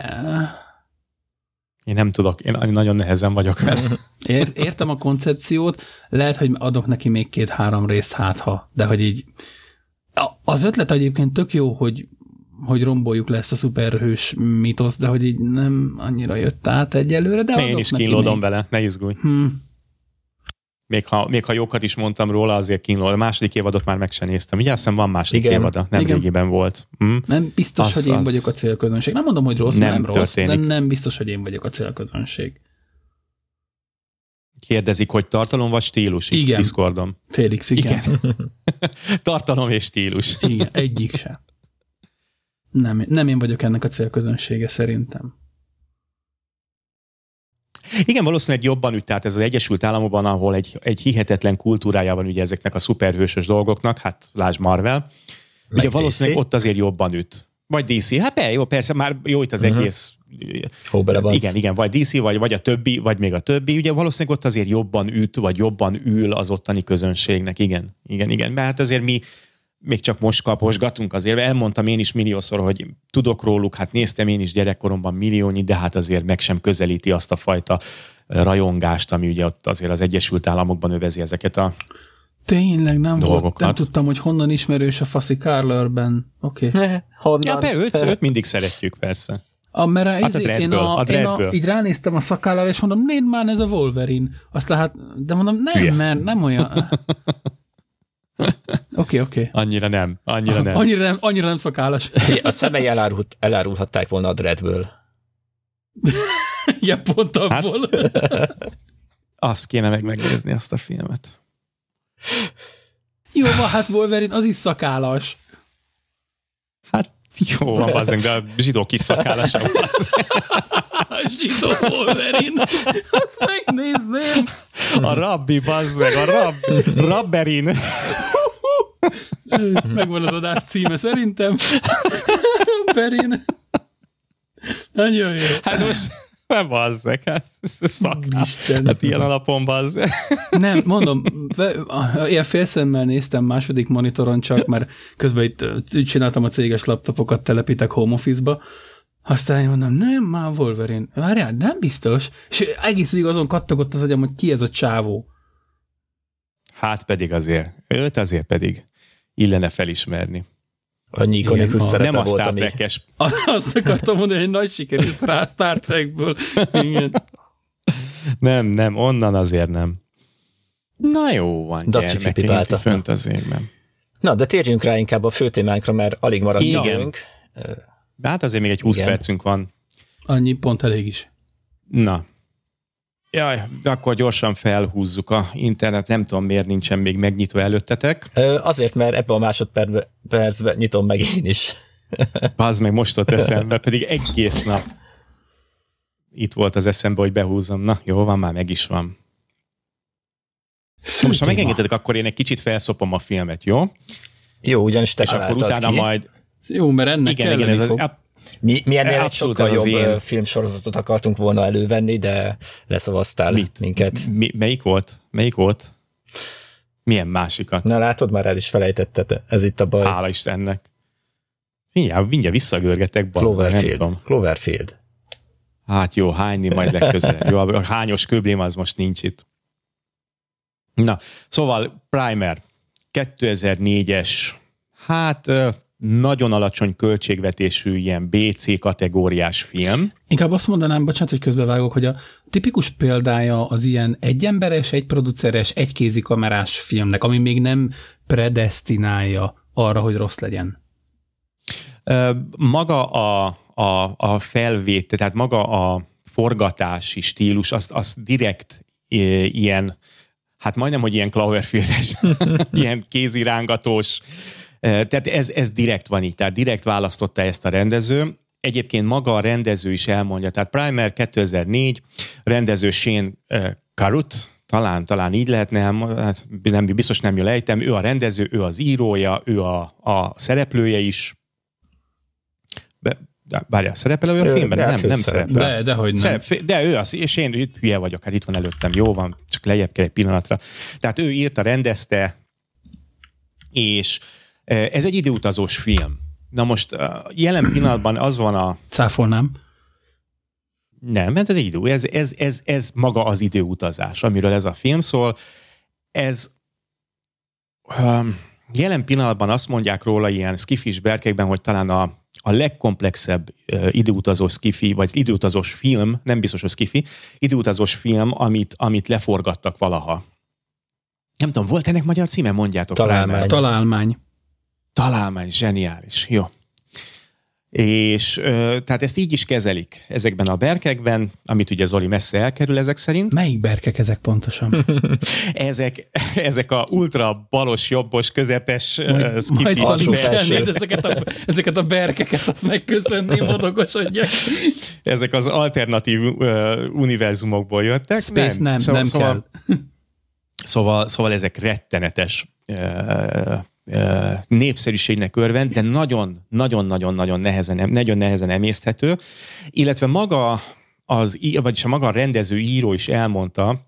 Én nem tudok, én nagyon nehezen vagyok vele. Ér, értem a koncepciót, lehet, hogy adok neki még két-három részt hátha, de hogy így az ötlet egyébként tök jó, hogy, hogy romboljuk le ezt a szuperhős mitoszt, de hogy így nem annyira jött át egyelőre, de én is kínlódom vele, ne izgulj. Hmm. Még ha, még ha jókat is mondtam róla, azért kínlódom. A második évadot már meg sem néztem. Ugye azt hiszem van második Igen. évada, nem Igen. régiben volt. Hm? Nem biztos, az, hogy én az... vagyok a célközönség. Nem mondom, hogy rossz, nem, nem rossz, történik. de nem biztos, hogy én vagyok a célközönség. Kérdezik, hogy tartalom vagy stílus? Igen. Discordon. Félix, igen. Igen. Tartalom és stílus. Igen, egyik sem. Nem, nem én vagyok ennek a célközönsége szerintem. Igen, valószínűleg jobban üt, tehát ez az Egyesült Államokban, ahol egy, egy hihetetlen kultúrája van ugye ezeknek a szuperhősös dolgoknak, hát lásd Marvel, Meg ugye valószínűleg dé cé? ott azért jobban üt. Vagy dé cé, hát be, jó, persze, már jó itt az uh-huh. egész... Hó, belebansz. Igen, igen, vagy dé cé, vagy, vagy a többi, vagy még a többi, ugye valószínűleg ott azért jobban üt, vagy jobban ül az ottani közönségnek, igen, igen, igen, mert hát azért mi még csak most kaposgatunk, azért elmondtam én is milliószor, hogy tudok róluk, hát néztem én is gyerekkoromban milliónyi, de hát azért meg sem közelíti azt a fajta rajongást, ami ugye ott azért az Egyesült Államokban övezi ezeket a Tényleg nem, volt, dolgokat. nem tudtam, hogy honnan ismerős a faszi Carl Urban. Oké. Okay. Honnan? Ja, be, őt, őt mindig szeretjük, persze. A, mert a, Hát a ezért én, Dreadből, a, a én a, Dreadből. így ránéztem a szakállára, és mondom, nézd már, ez a Wolverine. Aztán hát, de mondom, nem, Hülye. mert nem olyan. Oké, okay, oké. Okay. Annyira nem, annyira nem. Annyira nem, annyira nem szakállas. A szemei elárult, elárulhatták volna a Dreadből. Ja, pont abból. Hát, azt kéne meg megnézni, azt a filmet. Jó, van, hát Wolverine, az is szakállas. Hát jó van, bazdmeg, de a zsidó kis szakállas az. Zsidó Wolverine. Azt megnézném. A rabbi, bazdmeg, a rab, rabberin. Megvan az adás címe szerintem. Perin. Nagyon jó. Hát most nem bazdmeg, hát ez szakál. Isten. Hát ilyen alapon bazdmeg. Nem, mondom, ilyen félszemmel néztem második monitoron csak, mert közben itt csináltam a céges laptopokat, telepítek home office-ba, aztán én mondom, nem, már Wolverine. Várjál, nem biztos. És egész úgy azon kattogott az agyam, hogy ki ez a csávó. Hát pedig azért, őt azért pedig illene felismerni. Annyi ikonikus szerepe Nem a volt, Star ami... Trek-es. Azt akartam mondani, hogy egy nagy sikerű Star Trekből. Igen. Nem, nem, onnan azért nem. Na jó van, De azt csak gyermekeim, kipipálta. ti fönt az égben. Na, de térjünk rá inkább a fő témánkra, mert alig maradt Igen. időnk. De hát azért még egy húsz Igen. percünk van. Annyi pont elég is. Na. Jaj, de akkor gyorsan felhúzzuk a internet, nem tudom miért nincsen még megnyitva előttetek. Ö, Azért, mert ebbe a másodpercben nyitom meg én is. Bazd meg most ott eszembe, pedig egész nap itt volt az eszembe, hogy behúzom. Na, jó van, már meg is van. Most, ha megengedhetek, akkor én egy kicsit felszopom a filmet, jó? Jó, ugyanis te És akkor utána ki. majd... Jó, mert ennek Igen, igen, ez az... fog. Mi, mi ennél egy Abszolút sokkal ez az jobb én. én. filmsorozatot akartunk volna elővenni, de leszavaztál Mit? minket. Mi, melyik volt? Melyik volt? Milyen másikat? Na látod, már el is felejtetted, ez itt a baj. Hála Istennek. Mindjárt, mindjárt visszagörgetek. bazd, nem Cloverfield. tudom. Cloverfield. Hát jó, hányni majd legközelebb. Jó, a hányos köblém az most nincs itt. Na, szóval Primer, kétezer-négyes, hát ö, nagyon alacsony költségvetésű ilyen bé cé kategóriás film. Inkább azt mondanám, bocsánat, hogy közbevágok, hogy a tipikus példája az ilyen egyemberes, egyproduceres, egykézi kamerás filmnek, ami még nem predestinálja arra, hogy rossz legyen. Ö, maga a, a, a felvétel, tehát maga a forgatási stílus, azt, azt direkt e, ilyen, hát majdnem, hogy ilyen Cloverfield-es, ilyen kézirángatós. Tehát ez, ez direkt van így, tehát direkt választotta ezt a rendező. Egyébként maga a rendező is elmondja, tehát Primer kétezer-négy, rendező Shane Carruth, talán, talán így lehetne, hát nem, biztos nem jól ejtem, ő a rendező, ő az írója, ő a, a szereplője is. Várjál, szerepel ő a filmben? De nem, nem szerepel. De, de hogy nem. Szerep, de ő az, és én itt hülye vagyok, hát itt van előttem, jó van, csak lejjebb kell egy pillanatra. Tehát ő írta, rendezte, és ez egy időutazós film. Na most jelen pillanatban az van a... Cáfolnám. Nem, ez egy idő, ez, ez, ez, ez maga az időutazás, amiről ez a film szól. Ez um, jelen pillanatban azt mondják róla ilyen skifis berkekben, hogy talán a, a legkomplexebb uh, időutazós skifi, vagy időutazós film, nem biztos, hogy skifi, időutazós film, amit, amit leforgattak valaha. Nem tudom, volt ennek magyar címe? Mondjátok. Találmány. Találmány. Találmány, zseniális. Jó. És ö, tehát ezt így is kezelik ezekben a berkekben, amit ugye Zoli messze elkerül ezek szerint. Melyik berkek ezek pontosan? ezek, ezek a ultra balos, jobbos, közepes Majd, uh, skifi. majd ezeket, a, ezeket a berkeket, azt megköszönném, odogosodjak. Ezek az alternatív uh, univerzumokból jöttek. Space nem, nem, szóval, nem szóval, kell. Szóval, szóval ezek rettenetes uh, uh, népszerűségnek örvend, de nagyon-nagyon-nagyon nehezen, nagyon nehezen emészthető, illetve maga az, vagyis a maga a rendező író is elmondta,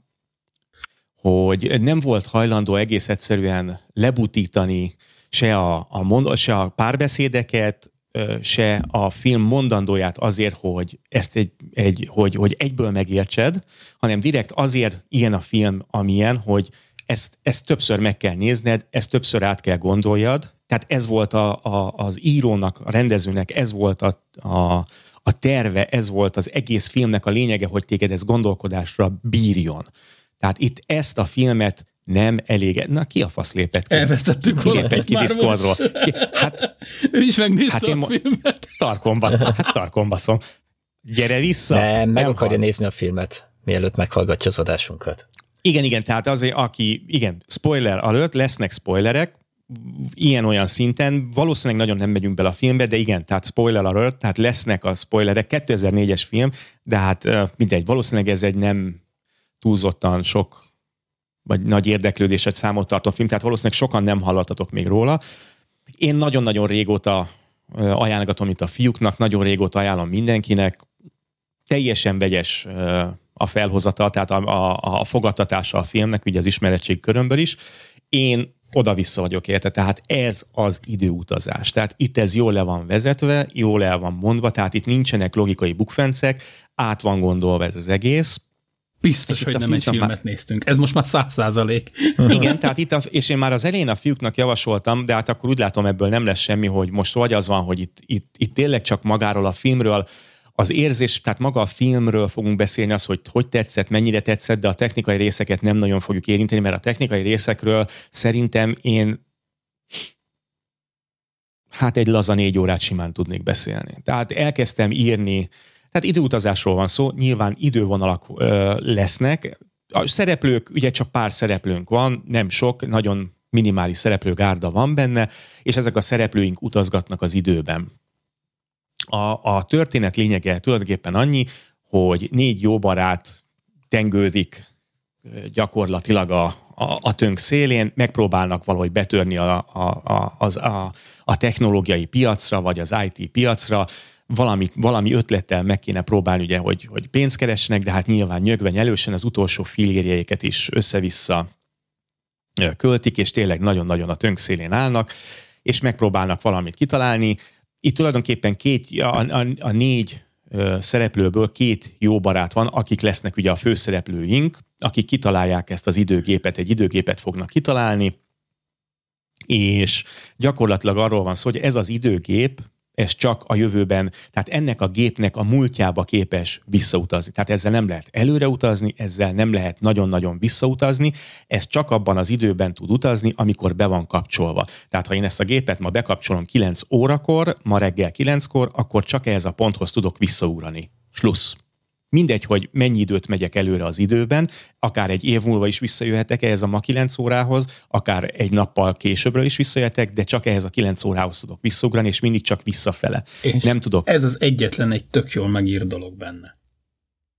hogy nem volt hajlandó egész egyszerűen lebutítani se a, a, mond, se a párbeszédeket, se a film mondandóját azért, hogy ezt egy, egy hogy, hogy egyből megértsed, hanem direkt azért ilyen a film, amilyen, hogy ezt, ezt többször meg kell nézned, ezt többször át kell gondoljad. Tehát ez volt a, a, az írónak, a rendezőnek, ez volt a, a, a terve, ez volt az egész filmnek a lényege, hogy téged ez gondolkodásra bírjon. Tehát itt ezt a filmet nem elég. Na, ki a fasz lépett ki? Elvesztettük valamit ki Discordról. Hát, ő is megnézte hát a én filmet. Tarkomba, hát tarkombaszom. Gyere vissza. Nem, meg nem akarja hall. nézni a filmet, mielőtt meghallgatja az adásunkat. Igen, igen, tehát azért, aki, igen, spoiler alert, lesznek spoilerek, ilyen-olyan szinten, valószínűleg nagyon nem megyünk bele a filmbe, de igen, tehát spoiler alert, tehát lesznek a spoilerek, kétezer-négyes film, de hát mindegy, valószínűleg ez egy nem túlzottan sok vagy nagy érdeklődéset számot tartó film, tehát valószínűleg sokan nem hallottatok még róla. Én nagyon-nagyon régóta ajánlgatom itt a fiúknak, nagyon régóta ajánlom mindenkinek, teljesen vegyes a felhozatal, tehát a, a, a fogadtatása a filmnek, ugye az ismerettség körömből is. Én oda-vissza vagyok érte, tehát ez az időutazás. Tehát itt ez jól le van vezetve, jól el van mondva, tehát itt nincsenek logikai bukfencek, át van gondolva ez az egész. Biztos, és hogy nem egy filmet már... néztünk. Ez most már száz százalék. Igen, tehát itt, a, és én már az elején a fiúknak javasoltam, de hát akkor úgy látom, ebből nem lesz semmi, hogy most vagy az van, hogy itt, itt, itt tényleg csak magáról a filmről, az érzés, tehát maga a filmről fogunk beszélni, az, hogy hogy tetszett, mennyire tetszett, de a technikai részeket nem nagyon fogjuk érinteni, mert a technikai részekről szerintem én hát egy laza négy órát simán tudnék beszélni. Tehát elkezdtem írni, tehát időutazásról van szó, nyilván idővonalak ö, lesznek. A szereplők, ugye csak pár szereplőnk van, nem sok, nagyon minimális szereplőgárda van benne, és ezek a szereplőink utazgatnak az időben. A, a történet lényege tulajdonképpen annyi, hogy négy jó barát tengődik gyakorlatilag a, a, a tönk szélén, megpróbálnak valahogy betörni a, a, a, az, a, a technológiai piacra, vagy az i té piacra, valami, valami ötlettel meg kéne próbálni, ugye, hogy, hogy pénzt keressenek, de hát nyilván nyögve nyelősen az utolsó fillérjeiket is össze-vissza költik, és tényleg nagyon-nagyon a tönk szélén állnak, és megpróbálnak valamit kitalálni. Itt tulajdonképpen két, a, a, a négy ö, szereplőből két jó barát van, akik lesznek ugye a főszereplőink, akik kitalálják ezt az időgépet, egy időgépet fognak kitalálni, és gyakorlatilag arról van szó, hogy ez az időgép, ez csak a jövőben, tehát ennek a gépnek a múltjába képes visszautazni. Tehát ezzel nem lehet előre utazni, ezzel nem lehet nagyon-nagyon visszautazni, ez csak abban az időben tud utazni, amikor be van kapcsolva. Tehát ha én ezt a gépet ma bekapcsolom kilenc órakor, ma reggel kilenckor, akkor csak ehhez a ponthoz tudok visszaugrani. Slussz. Mindegy, hogy mennyi időt megyek előre az időben, akár egy év múlva is visszajöhetek ehhez a ma kilenc órához, akár egy nappal későbbről is visszajöhetek, de csak ehhez a kilenc órához tudok visszaugrani, és mindig csak visszafele. És nem tudok. Ez az egyetlen egy tök jól megírt dolog benne.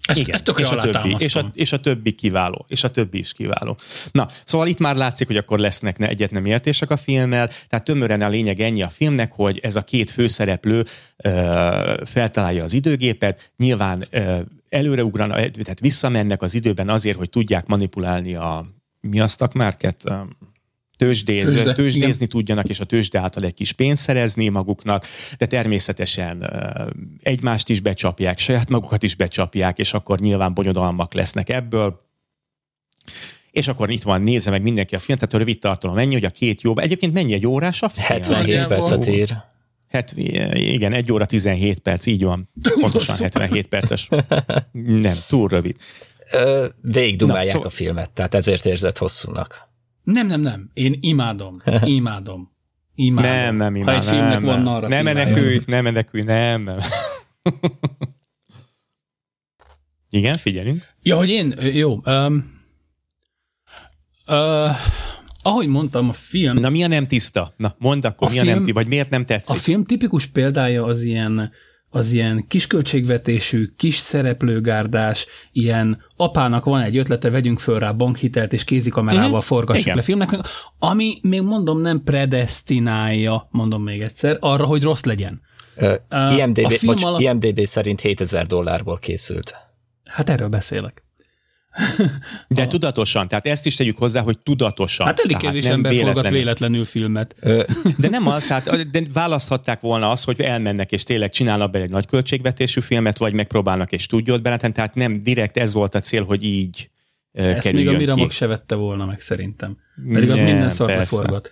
Ezt, Igen, ezt tökre és a, többi, és, a, és a többi kiváló, és a többi is kiváló. Na, szóval itt már látszik, hogy akkor lesznek ne egyet nem értések a filmmel, tehát tömören a lényeg ennyi a filmnek, hogy ez a két főszereplő ö, feltalálja az időgépet, nyilván ö, előreugranak, tehát visszamennek az időben azért, hogy tudják manipulálni a mi a stock market? Tőzsdéz, Tőzsde, tőzsdézni igen. tudjanak, és a tőzsde által egy kis pénzt szerezni maguknak, de természetesen uh, egymást is becsapják, saját magukat is becsapják, és akkor nyilván bonyodalmak lesznek ebből. És akkor itt van, nézze meg mindenki a film, tehát a rövid tartalom ennyi, hogy a két jó, egyébként mennyi egy órás a film? hetvenhét percet ír. hetven, igen, egy óra tizenhét perc, így van. Pontosan hetvenhét perces. Nem, túl rövid. Végigdumálják szóval... a filmet, tehát ezért érzed hosszúnak. Nem, nem, nem. Én imádom. Imádom. Imádom. Nem, nem imádom. Ha egy filmnek van narratívája. Nem menekülj, nem menekülj, nem, nem. Igen, figyelünk. Ja, hogy én, jó. Um, uh, ahogy mondtam, a film... Na, mi a nem tiszta? Na, mondd akkor, mi a, film, a nem tiszta, vagy miért nem tetszik? A film tipikus példája az ilyen az ilyen kisköltségvetésű, kis szereplőgárdás, ilyen apának van egy ötlete, vegyünk föl rá bankhitelt, és kézikamerával mm-hmm. forgassuk Igen. le filmnek, ami még mondom nem predestinálja, mondom még egyszer, arra, hogy rossz legyen. Uh, I M D B, bocs, alap... I M D B szerint hétezer dollárból készült. Hát erről beszélek. De a... tudatosan, tehát ezt is tegyük hozzá, hogy tudatosan. Hát elég kevés ember véletlenül. forgat véletlenül filmet. De nem az, tehát de választhatták volna azt, hogy elmennek és tényleg csinálnak bele egy nagy költségvetésű filmet, vagy megpróbálnak és tudjót beletenni, tehát nem direkt ez volt a cél, hogy így ezt kerüljön még a Miramag se vette volna meg szerintem. Pedig az nem, minden szarra forgat.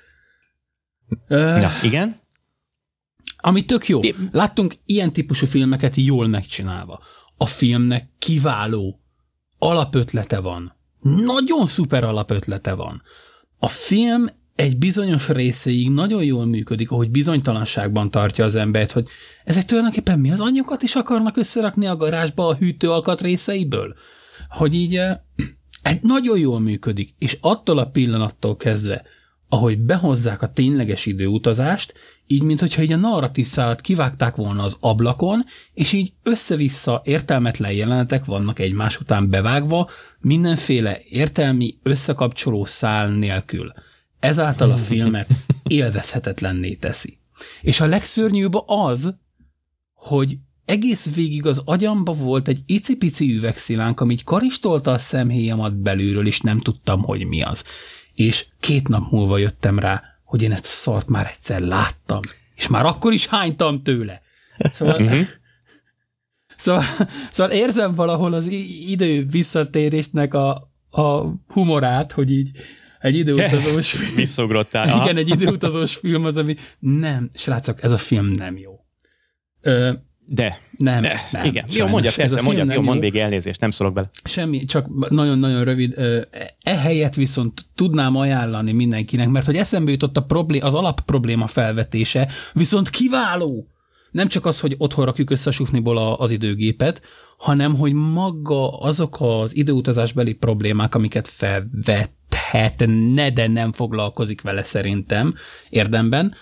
Na, igen? Ami tök jó. Láttunk ilyen típusú filmeket jól megcsinálva. A filmnek kiváló alapötlete van. Nagyon szuper alapötlete van. A film egy bizonyos részéig nagyon jól működik, ahogy bizonytalanságban tartja az embert, hogy ezek tulajdonképpen mi az anyjukat is akarnak összerakni a garázsba a hűtőalkat részeiből? Hogy így egy nagyon jól működik, és attól a pillanattól kezdve, ahogy behozzák a tényleges időutazást, így, mintha így a narratív szálat kivágták volna az ablakon, és így össze-vissza értelmetlen jelenetek vannak egymás után bevágva, mindenféle értelmi összekapcsoló szál nélkül. Ezáltal a filmet élvezhetetlenné teszi. És a legszörnyűbb az, hogy egész végig az agyamba volt egy icipici üvegszilánk, ami karistolta a szemhéjamat belülről, és nem tudtam, hogy mi az. És két nap múlva jöttem rá, hogy én ezt a szart már egyszer láttam, és már akkor is hánytam tőle. Szóval, uh-huh. szóval, szóval érzem valahol az idő visszatérésnek a, a humorát, hogy így egy időutazós film. Visszaugrottál. Igen, egy időutazós film az, ami nem, srácok, ez a film nem jó. Ö, De. Nem, De. nem. Igen. Jó, mondja, persze, mondja, jó, mondd végig, elnézést, nem szólok bele. Semmi, csak nagyon-nagyon rövid. Ehelyett viszont tudnám ajánlani mindenkinek, mert hogy eszembe jutott a problém, az alapprobléma felvetése, viszont kiváló. Nem csak az, hogy otthon rakjuk össze a sufniból az időgépet, hanem, hogy maga azok az időutazásbeli problémák, amiket felvethetne, de nem foglalkozik vele szerintem érdemben,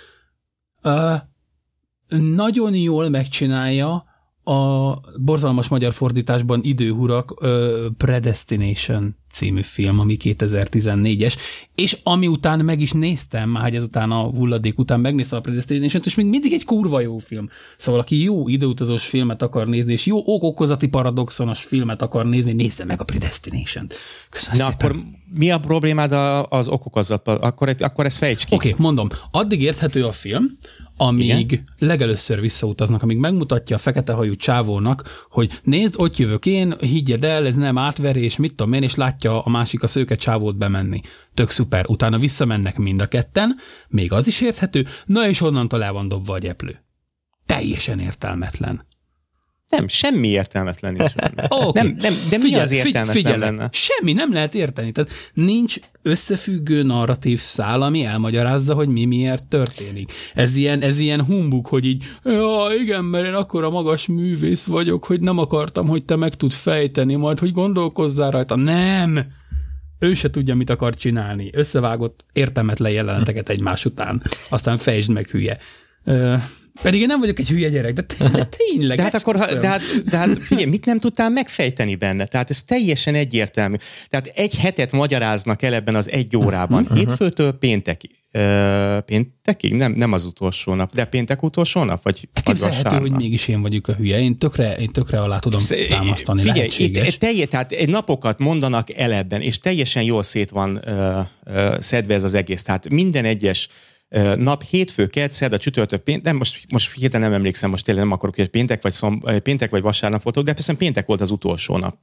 nagyon jól megcsinálja a borzalmas magyar fordításban Időhurak uh, Predestination című film, ami kétezer-tizennégyes, és ami után meg is néztem, már hogy ezután a hulladék után megnéztem a Predestination-t, és még mindig egy kurva jó film. Szóval aki jó időutazós filmet akar nézni, és jó okokozati paradoxonos filmet akar nézni, nézze meg a Predestination-t. Köszönöm Na szépen. akkor mi a problémád az okokozatban? Akkor, akkor ezt fejtsd ki. Oké, okay, mondom. Addig érthető a film, amíg Igen? legelőször visszautaznak, amíg megmutatja a feketehajú csávónak, hogy nézd, ott jövök én, higgyed el, ez nem átverés, mit tudom én, és látja a másik a szőke csávót bemenni. Tök szuper. Utána visszamennek mind a ketten, még az is érthető, na és onnantól el van dobva a gyeplő. Teljesen értelmetlen. Nem, semmi értelmetlen nincs benne. Okay. Nem, nem, de mi figyel, az értelmetlen figyelj, benne? Semmi nem lehet érteni. Tehát nincs összefüggő narratív szál, ami elmagyarázza, hogy mi miért történik. Ez ilyen, ez ilyen humbug, hogy így, ja, igen, mert én akkora magas művész vagyok, hogy nem akartam, hogy te meg tud fejteni, majd, hogy gondolkozzál rajta. Nem! Ő se tudja, mit akar csinálni. Összevágott értelmetlen jeleneteket egymás után. Aztán fejtsd meg, hülye. Ö, pedig én nem vagyok egy hülye gyerek, de, t- de tényleg. De hát akkor, de hát, de hát figyelj, mit nem tudtál megfejteni benne? Tehát ez teljesen egyértelmű. Tehát egy hetet magyaráznak el ebben az egy órában. Uh-huh. Hétfőtől péntekig. Uh, péntekig? Nem, nem az utolsó nap, de péntek utolsó nap? Vagy elképzelhető, hogy mégis én vagyok a hülye. Én tökre, én tökre alá tudom Sz- támasztani. Figyelj, lehetséges. itt telje, tehát napokat mondanak el ebben, és teljesen jól szét van uh, uh, szedve ez az egész. Tehát minden egyes uh, nap, hétfő, kedd, szerda, csütörtök, péntek, nem, most, most hirtelen nem emlékszem, most tényleg nem akarok, hogy péntek vagy, szomb, péntek vagy vasárnap volt, de persze péntek volt az utolsó nap,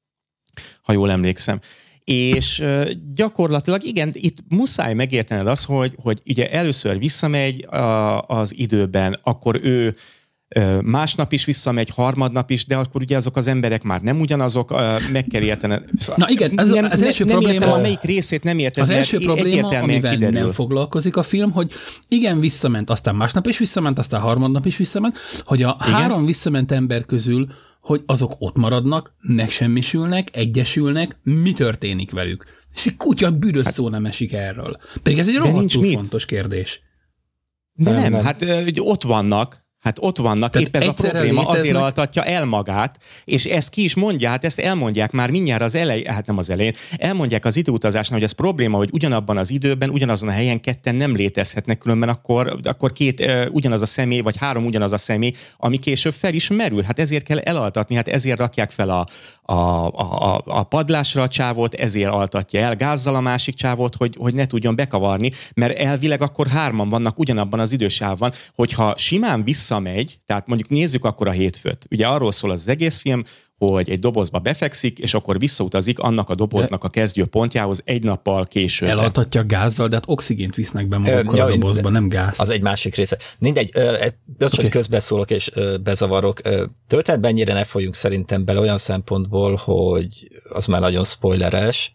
ha jól emlékszem. És uh, gyakorlatilag igen, itt muszáj megértened azt, hogy, hogy ugye először visszamegy a, az időben, akkor ő uh, másnap is visszamegy, harmadnap is, de akkor ugye azok az emberek már nem ugyanazok, uh, meg kell értened. Na igen, ez nem, az első nem probléma. Értem, a melyik részét nem érted, az első probléma, amivel kiderül. Nem foglalkozik a film, hogy igen, visszament, aztán másnap is visszament, aztán harmadnap is visszament, hogy a igen? három visszament ember közül hogy azok ott maradnak, megsemmisülnek, egyesülnek, mi történik velük. És egy kutya bűrös hát, szó nem esik erről. Pedig ez egy rohadtul fontos kérdés. De nem, nem, nem. hát ott vannak, hát ott vannak, tehát épp ez a probléma léteznek. Azért altatja el magát, és ezt ki is mondja, hát ezt elmondják már mindjárt az elején, hát nem az elején, elmondják az időutazásnál, hogy ez probléma, hogy ugyanabban az időben, ugyanazon a helyen ketten nem létezhetnek, különben akkor, akkor két uh, ugyanaz a személy, vagy három ugyanaz a személy, ami később fel is merül. Hát ezért kell elaltatni, hát ezért rakják fel a, a, a, a padlásra a csávót, ezért altatja el gázzal a másik csávót, hogy, hogy ne tudjon bekavarni, mert elvileg akkor hárman vannak ugyanabban az idősávban, hogyha simán visszamegy, tehát mondjuk nézzük akkor a hétfőt. Ugye arról szól az egész film, hogy egy dobozba befekszik, és akkor visszautazik annak a doboznak a kezdőpontjához egy nappal később. Elaltatja gázzal, de hát oxigént visznek be magukkal a dobozba, nem gáz. Az egy másik része. Mindegy, bocs, okay. közbeszólok és bezavarok. Történetben ennyire ne folyjunk szerintem bele olyan szempontból, hogy az már nagyon spoileres.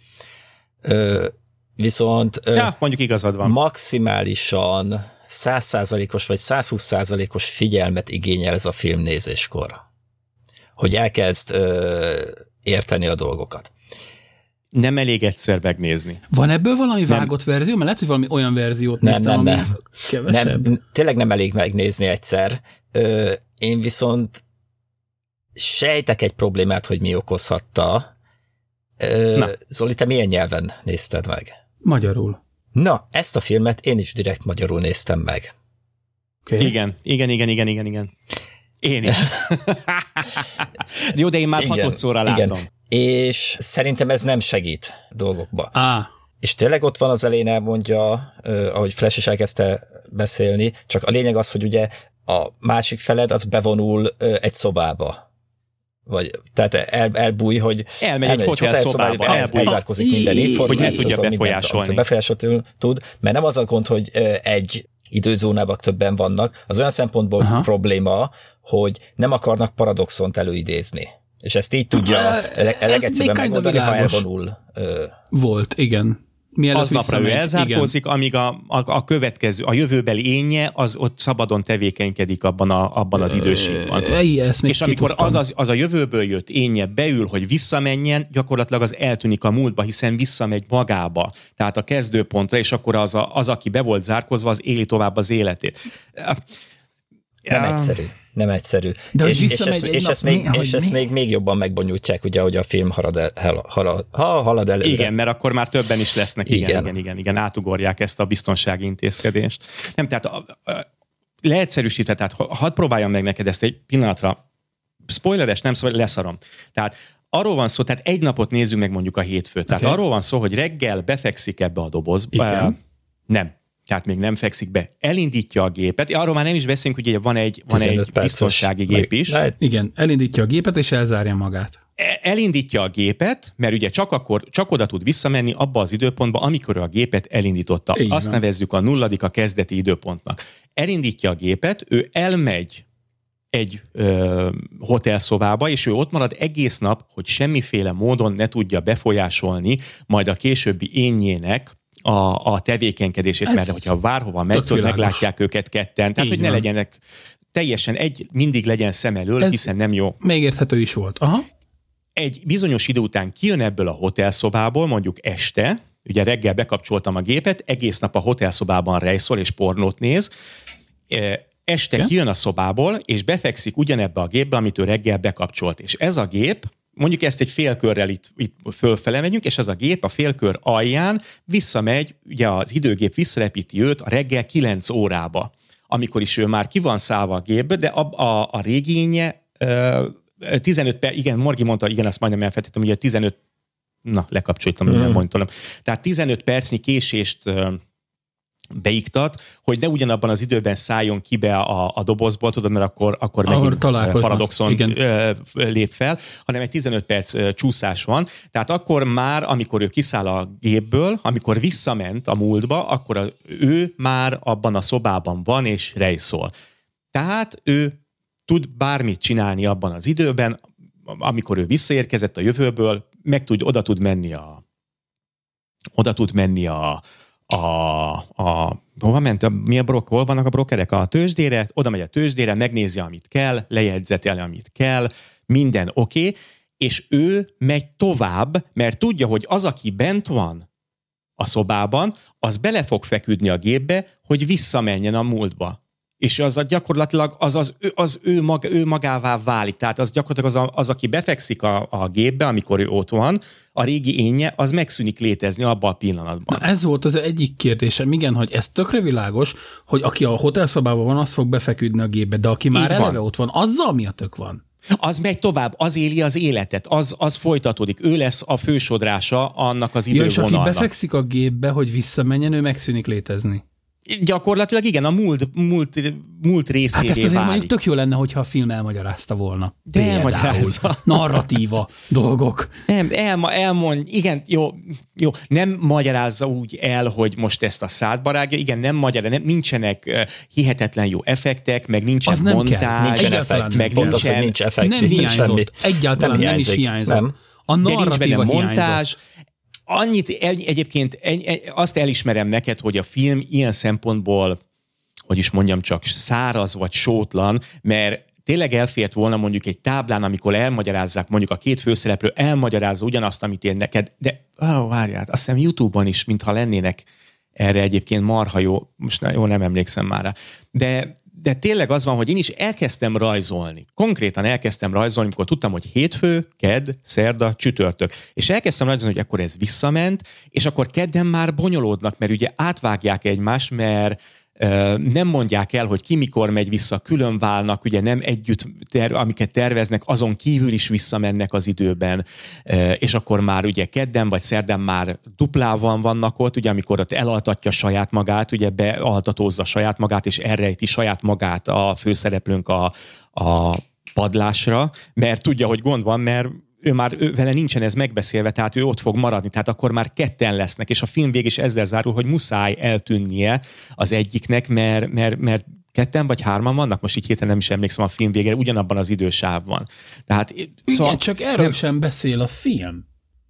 Viszont ja, mondjuk igazad van. Maximálisan száz százalékos vagy százhúsz százalékos figyelmet igényel ez a film nézéskor, hogy elkezd ö, érteni a dolgokat. Nem elég egyszer megnézni. Van ebből valami nem. vágott verzió? Mert lehet, hogy valami olyan verziót nem, néztem, nem, ami nem. kevesebb. Nem, tényleg nem elég megnézni egyszer. Ö, én viszont sejtek egy problémát, hogy mi okozhatta. Ö, Zoli, te milyen nyelven nézted meg? Magyarul. Na, ezt a filmet én is direkt magyarul néztem meg. Okay. Igen, igen, igen, igen, igen, igen. Én is. Jó, de én már hatodszorra láttam. Igen. És szerintem ez nem segít dolgokba. Ah. És tényleg ott van az elején elmondja, eh, ahogy Flash is elkezdte beszélni, csak a lényeg az, hogy ugye a másik feled az bevonul eh, egy szobába. Vagy, tehát el, elbúj, hogy elmegy egy hotel szobába, el, elzárkozik minden információt, hogy ne tudja befolyásolni. Befolyásolni tud, mert nem az a gond, hogy egy időzónában többen vannak, az olyan szempontból aha. probléma, hogy nem akarnak paradoxont előidézni. És ezt így tudja legegyszerűen megoldani, ha elvonul. Volt, igen. Mielőtt aznapra ő elzárkózik, igen. amíg a, a, a következő, a jövőbeli énje, az ott szabadon tevékenykedik abban, a, abban az időségben. És amikor az, az, az a jövőből jött énje beül, hogy visszamenjen, gyakorlatilag az eltűnik a múltba, hiszen visszamegy magába. Tehát a kezdőpontra, és akkor az, a, az aki be volt zárkozva, az éli tovább az életét. Nem egyszerű. Nem egyszerű. De és, és, ezt, és, ezt, még, mi, és ezt még, még jobban megbonyolítják, ugye, hogy a film halad, el, halad, ha, halad előre. Igen, mert akkor már többen is lesznek. Igen, igen, igen, igen, igen átugorják ezt a biztonsági intézkedést. Nem, tehát a, a, leegyszerűsítve, tehát hadd próbáljam meg neked ezt egy pillanatra. Spoileres, nem szóval leszarom. Tehát arról van szó, tehát egy napot nézzük meg mondjuk a hétfőt. Tehát okay. arról van szó, hogy reggel befekszik ebbe a dobozba. Igen. Nem. Tehát még nem fekszik be. Elindítja a gépet. Arról már nem is beszélünk, hogy ugye van egy, van egy biztonsági gép is. Meg, igen, elindítja a gépet, és elzárja magát. Elindítja a gépet, mert ugye csak akkor, csak oda tud visszamenni abba az időpontba, amikor a gépet elindította. Így Azt van. nevezzük a nulladik, a kezdeti időpontnak. Elindítja a gépet, ő elmegy egy ö, hotelszobába, és ő ott marad egész nap, hogy semmiféle módon ne tudja befolyásolni majd a későbbi énjének A, a tevékenykedését, ez mert hogyha bárhova megy, hogy meglátják őket ketten, tehát így hogy ne van. legyenek teljesen egy, mindig legyen szem elől, ez hiszen nem jó. Még érthető is volt. Aha. Egy bizonyos idő után kijön ebből a hotelszobából, mondjuk este, ugye reggel bekapcsoltam a gépet, egész nap a hotelszobában rejszol és pornót néz, este okay. kijön a szobából, és befekszik ugyanebbe a gépbe, amit ő reggel bekapcsolt. És ez a gép, mondjuk ezt egy félkörrel itt, itt fölfele megyünk, és ez a gép a félkör alján visszamegy, ugye az időgép visszarepíti őt a reggel kilenc órába, amikor is ő már ki van szállva a gépbe, de a, a, a régénye tizenöt perc, igen, Morgi mondta, igen, azt majdnem elfelejtettem, ugye tizenöt, na, lekapcsoltam mm. minden mondatom. Tehát tizenöt percnyi késést beiktat, hogy ne ugyanabban az időben szálljon ki be a, a dobozból, tudod, mert akkor, akkor megint paradoxon igen. lép fel, hanem egy tizenöt perc csúszás van. Tehát akkor már, amikor ő kiszáll a gépből, amikor visszament a múltba, akkor a, ő már abban a szobában van és rejszol. Tehát ő tud bármit csinálni abban az időben, amikor ő visszaérkezett a jövőből, meg tud, oda tud menni a oda tud menni a A, a, hova ment? A, mi a brok? Hol vannak a brokerek? A tőzsdére, oda megy a tőzsdére, megnézi, amit kell, lejegyzeteli, amit kell, minden oké, okay, és ő megy tovább, mert tudja, hogy az, aki bent van a szobában, az bele fog feküdni a gépbe, hogy visszamenjen a múltba. És az a gyakorlatilag az, az, az, az ő, maga, ő magává válik. Tehát az gyakorlatilag az, a, az aki befekszik a, a gépbe, amikor ő ott van, a régi énje, az megszűnik létezni abban a pillanatban. Na ez volt az egyik kérdésem, igen, hogy ez tökre világos, hogy aki a hotelszobában van, az fog befeküdni a gépbe, de aki már eleve van. Ott van, azzal mi a tök van? Az megy tovább, az éli az életet, az, az folytatódik. Ő lesz a fősodrása annak az idővonalnak. Ja, és aki befekszik a gépbe, hogy visszamenjen, ő megszűnik létezni. Gyakorlatilag igen, a múlt, múlt, múlt részévé hát ezt azért válik. mondjuk tök jó lenne, hogyha a film elmagyarázta volna. De elmagyarázza. Narratíva dolgok. Nem, elma, elmond, igen, jó, jó, nem magyarázza úgy el, hogy most ezt a szádbarágja, igen, nem magyarázza, nem, nincsenek uh, hihetetlen jó effektek, meg nincsen az nem montázs. Kell. Nincsen effekt, meg pont nincsen, az, hogy nincs effekt. Nem hiányzott, semmi. egyáltalán nem, nem is hiányzott. Nem. A narratíva hiányzott. Annyit egy, egyébként egy, egy, azt elismerem neked, hogy a film ilyen szempontból, hogy is mondjam csak, száraz vagy sótlan, mert tényleg elfért volna mondjuk egy táblán, amikor elmagyarázzák, mondjuk a két főszereplő elmagyarázza ugyanazt, amit én neked, de oh, várjál, azt hiszem YouTube-on is, mintha lennének erre egyébként marha jó, most jó, nem emlékszem már rá, de De tényleg az van, hogy én is elkezdtem rajzolni. Konkrétan elkezdtem rajzolni, amikor tudtam, hogy hétfő, kedd, szerda, csütörtök. És elkezdtem rajzolni, hogy akkor ez visszament, és akkor kedden már bonyolódnak, mert ugye átvágják egymást, mert uh, nem mondják el, hogy ki mikor megy vissza, külön válnak, ugye nem együtt, ter- amiket terveznek, azon kívül is visszamennek az időben, uh, és akkor már ugye kedden vagy szerdán már duplában vannak ott, ugye amikor ott elaltatja saját magát, ugye bealtatózza saját magát, és elrejti saját magát a főszereplőnk a, a padlásra, mert tudja, hogy gond van, mert ő már ő, vele nincsen ez megbeszélve, tehát ő ott fog maradni, tehát akkor már ketten lesznek, és a film végig is ezzel zárul, hogy muszáj eltűnnie az egyiknek, mert, mert, mert ketten vagy hárman vannak, most így héten nem is emlékszem a film végére, ugyanabban az idősávban. Tehát, igen, szóval, csak erről nem, sem beszél a film.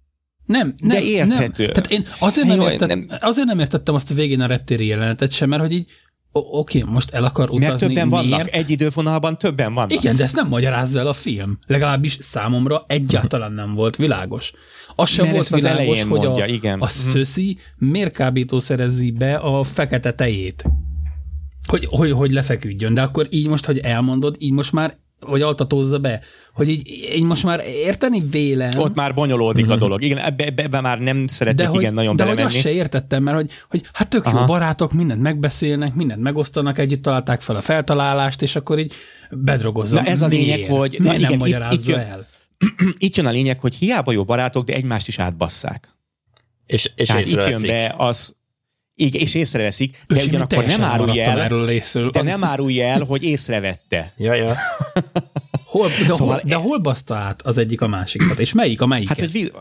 Nem, nem, de érthető. Nem. Tehát én azért nem, Jó, értett, nem, azért nem értettem azt a végén a reptéri jelenetet sem, mert hogy így oké, okay, most el akar utazni. Mert többen miért? vannak, egy idővonalban többen vannak. Igen, de ezt nem magyarázza el a film. Legalábbis számomra egyáltalán nem volt világos. Az sem mert volt világos, hogy mondja, a, igen. a szöszi miért kábítószerezi be a fekete tejét. Hogy, hogy, hogy lefeküdjön. De akkor így most, hogy elmondod, így most már vagy altatózza be, hogy így, így most már érteni vélem. Ott már bonyolódik mm-hmm. a dolog. Igen, ebbe, ebbe, ebbe már nem szeretnék hogy, igen nagyon de belemenni. De hogy azt se értettem, mert hogy, hogy hát tök Aha. jó barátok, mindent megbeszélnek, mindent megosztanak, együtt találták fel a feltalálást, és akkor így bedrogozom. Na ez a lényeg, Miért? hogy Miért na, igen, nem magyarázza itt, itt, jön, el? itt jön a lényeg, hogy hiába jó barátok, de egymást is átbasszák. És, és Tehát itt jön be az, igen, és észreveszik, de ugyanakkor nem árulja el, de az... nem árulja el, hogy észrevette. Ja, ja. Hol, de, szóval hol, de hol baszta át az egyik a másikat? És melyik a melyiket? Hát, hogy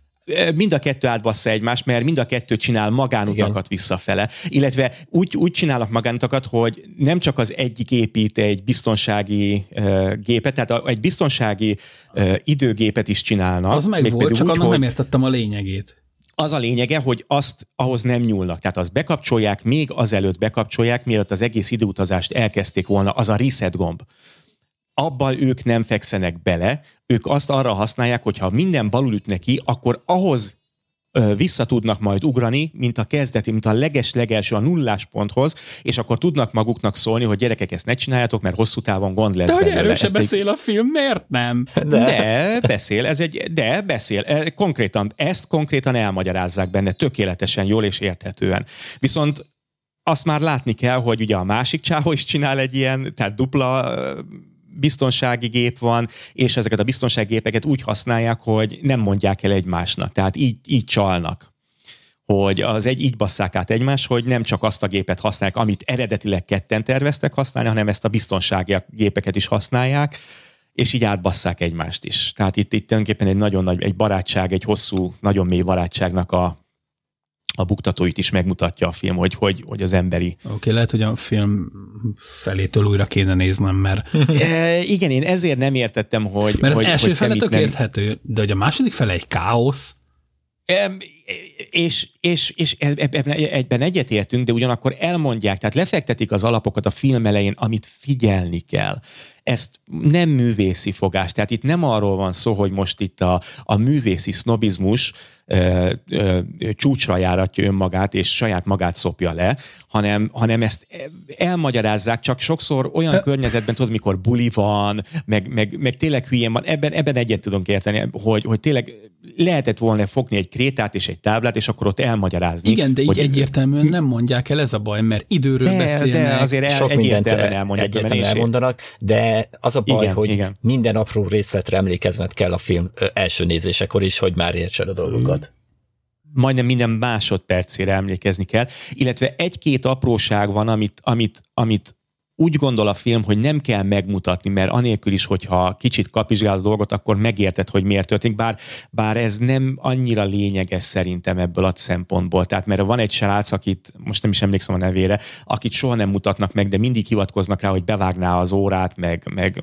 mind a kettő átbassza egymást, mert mind a kettő csinál magánutakat Igen. visszafele. Illetve úgy, úgy csinálnak magánutakat, hogy nem csak az egyik épít egy biztonsági uh, gépet, tehát egy biztonsági uh, időgépet is csinálnak. Az meg volt, csak úgy, annak hogy... nem értettem a lényegét. Az a lényege, hogy azt ahhoz nem nyúlnak. Tehát azt bekapcsolják, még azelőtt bekapcsolják, mielőtt az egész időutazást elkezdték volna, az a reset gomb. Abban ők nem fekszenek bele, ők azt arra használják, hogy ha minden balul üt neki, akkor ahhoz vissza tudnak majd ugrani, mint a kezdeti, mint a leges-legelső, a nullás ponthoz, és akkor tudnak maguknak szólni, hogy gyerekek, ezt ne csináljátok, mert hosszú távon gond lesz. De hogy belőle. erről se Ezt beszél egy... a film, miért nem? De. de, beszél, ez egy, de, beszél. Konkrétan, ezt konkrétan elmagyarázzák benne, tökéletesen jól és érthetően. Viszont azt már látni kell, hogy ugye a másik csávó is csinál egy ilyen, tehát dupla biztonsági gép van, és ezeket a biztonsági gépeket úgy használják, hogy nem mondják el egymásnak. Tehát így, így csalnak. Hogy az egy így basszák át egymást, hogy nem csak azt a gépet használják, amit eredetileg ketten terveztek használni, hanem ezt a biztonsági gépeket is használják, és így átbasszák egymást is. Tehát itt, itt tulajdonképpen egy nagyon nagy, egy barátság, egy hosszú, nagyon mély barátságnak a a buktatóit is megmutatja a film, hogy, hogy, hogy az emberi... Oké, okay, lehet, hogy a film felétől újra kéne néznem, mert... e, igen, én ezért nem értettem, hogy... Mert az hogy, első hogy fele tök nem... érthető, de hogy a második fele egy káosz. E, és és, és ebben, egyben egyetértünk, de ugyanakkor elmondják, tehát lefektetik az alapokat a film elején, amit figyelni kell. Ezt nem művészi fogás. Tehát itt nem arról van szó, hogy most itt a, a művészi sznobizmus ö, ö, csúcsra járatja önmagát, és saját magát szopja le, hanem, hanem ezt elmagyarázzák, csak sokszor olyan Ö... környezetben, tudod, mikor buli van, meg, meg, meg tényleg hülyén van, ebben, ebben egyet tudunk érteni, hogy, hogy tényleg lehetett volna fogni egy krétát és egy táblát, és akkor ott elmagyarázni. Igen, de így hogy... egyértelműen nem mondják el, ez a baj, mert időről de, beszélnek. De azért el, sok mindent elmondják, egyértelműen elmondanak, de az a baj, igen, hogy igen. minden apró részletre emlékezned kell a film első nézésekor is, hogy már értsed a dolgokat. Majdnem minden másodpercére emlékezni kell, illetve egy-két apróság van, amit, amit, amit úgy gondol a film, hogy nem kell megmutatni, mert anélkül is, hogyha kicsit kapizsgálod a dolgot, akkor megérted, hogy miért történik, bár, bár ez nem annyira lényeges szerintem ebből a szempontból. Tehát mert van egy srác, akit, most nem is emlékszem a nevére, akit soha nem mutatnak meg, de mindig hivatkoznak rá, hogy bevágná az órát, meg, meg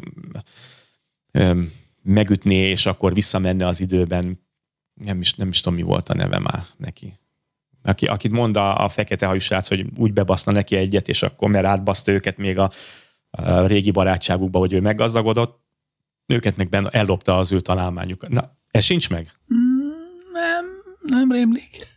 öm, megütné, és akkor visszamenne az időben. Nem is, nem is tudom, mi volt a neve már neki. Aki, akit mond a, a fekete hajú srác, hogy úgy bebaszna neki egyet, és akkor mert átbaszta őket még a, a régi barátságukba, hogy ő meggazdagodott, őket meg benne ellopta az ő találmányukat. Na, ez sincs meg? Nem, nem rémlik.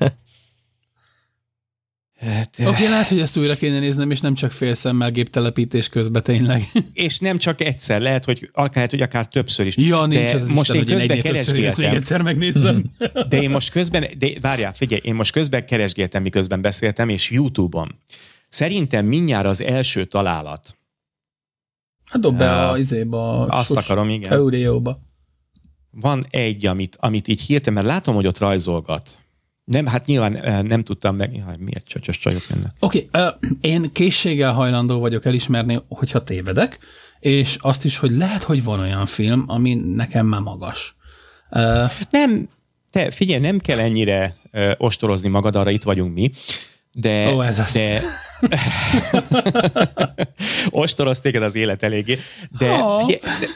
Hát, Oké, okay, lehet, hogy ezt újra kéne néznem, és nem csak félszemmel géptelepítés közben tényleg. És nem csak egyszer, lehet, hogy akár, hogy akár többször is. Ja, nincs de az most Isten, én közben keresgéltem. Még egyszer megnézem. De én most közben, de várjál, figyelj, én most közben keresgéltem, miközben beszéltem, és YouTube-on. Szerintem mindjárt az első találat. Hát dob be uh, a izéba. A azt akarom, igen. Audio-ba. Van egy, amit, amit így hirtelen, mert látom, hogy ott rajzolgat. Nem, hát nyilván nem tudtam meg, jaj, miért csacsos csajok jönnek. Oké, okay, uh, én készséggel hajlandó vagyok elismerni, hogyha tévedek, és azt is, hogy lehet, hogy van olyan film, ami nekem már magas. Uh, nem, te figyelj, nem kell ennyire uh, ostorozni magad, arra itt vagyunk mi, de... Ó, ez az. De... Ostoroz téged az élet eléggé, de... Oh. Figyelj, de,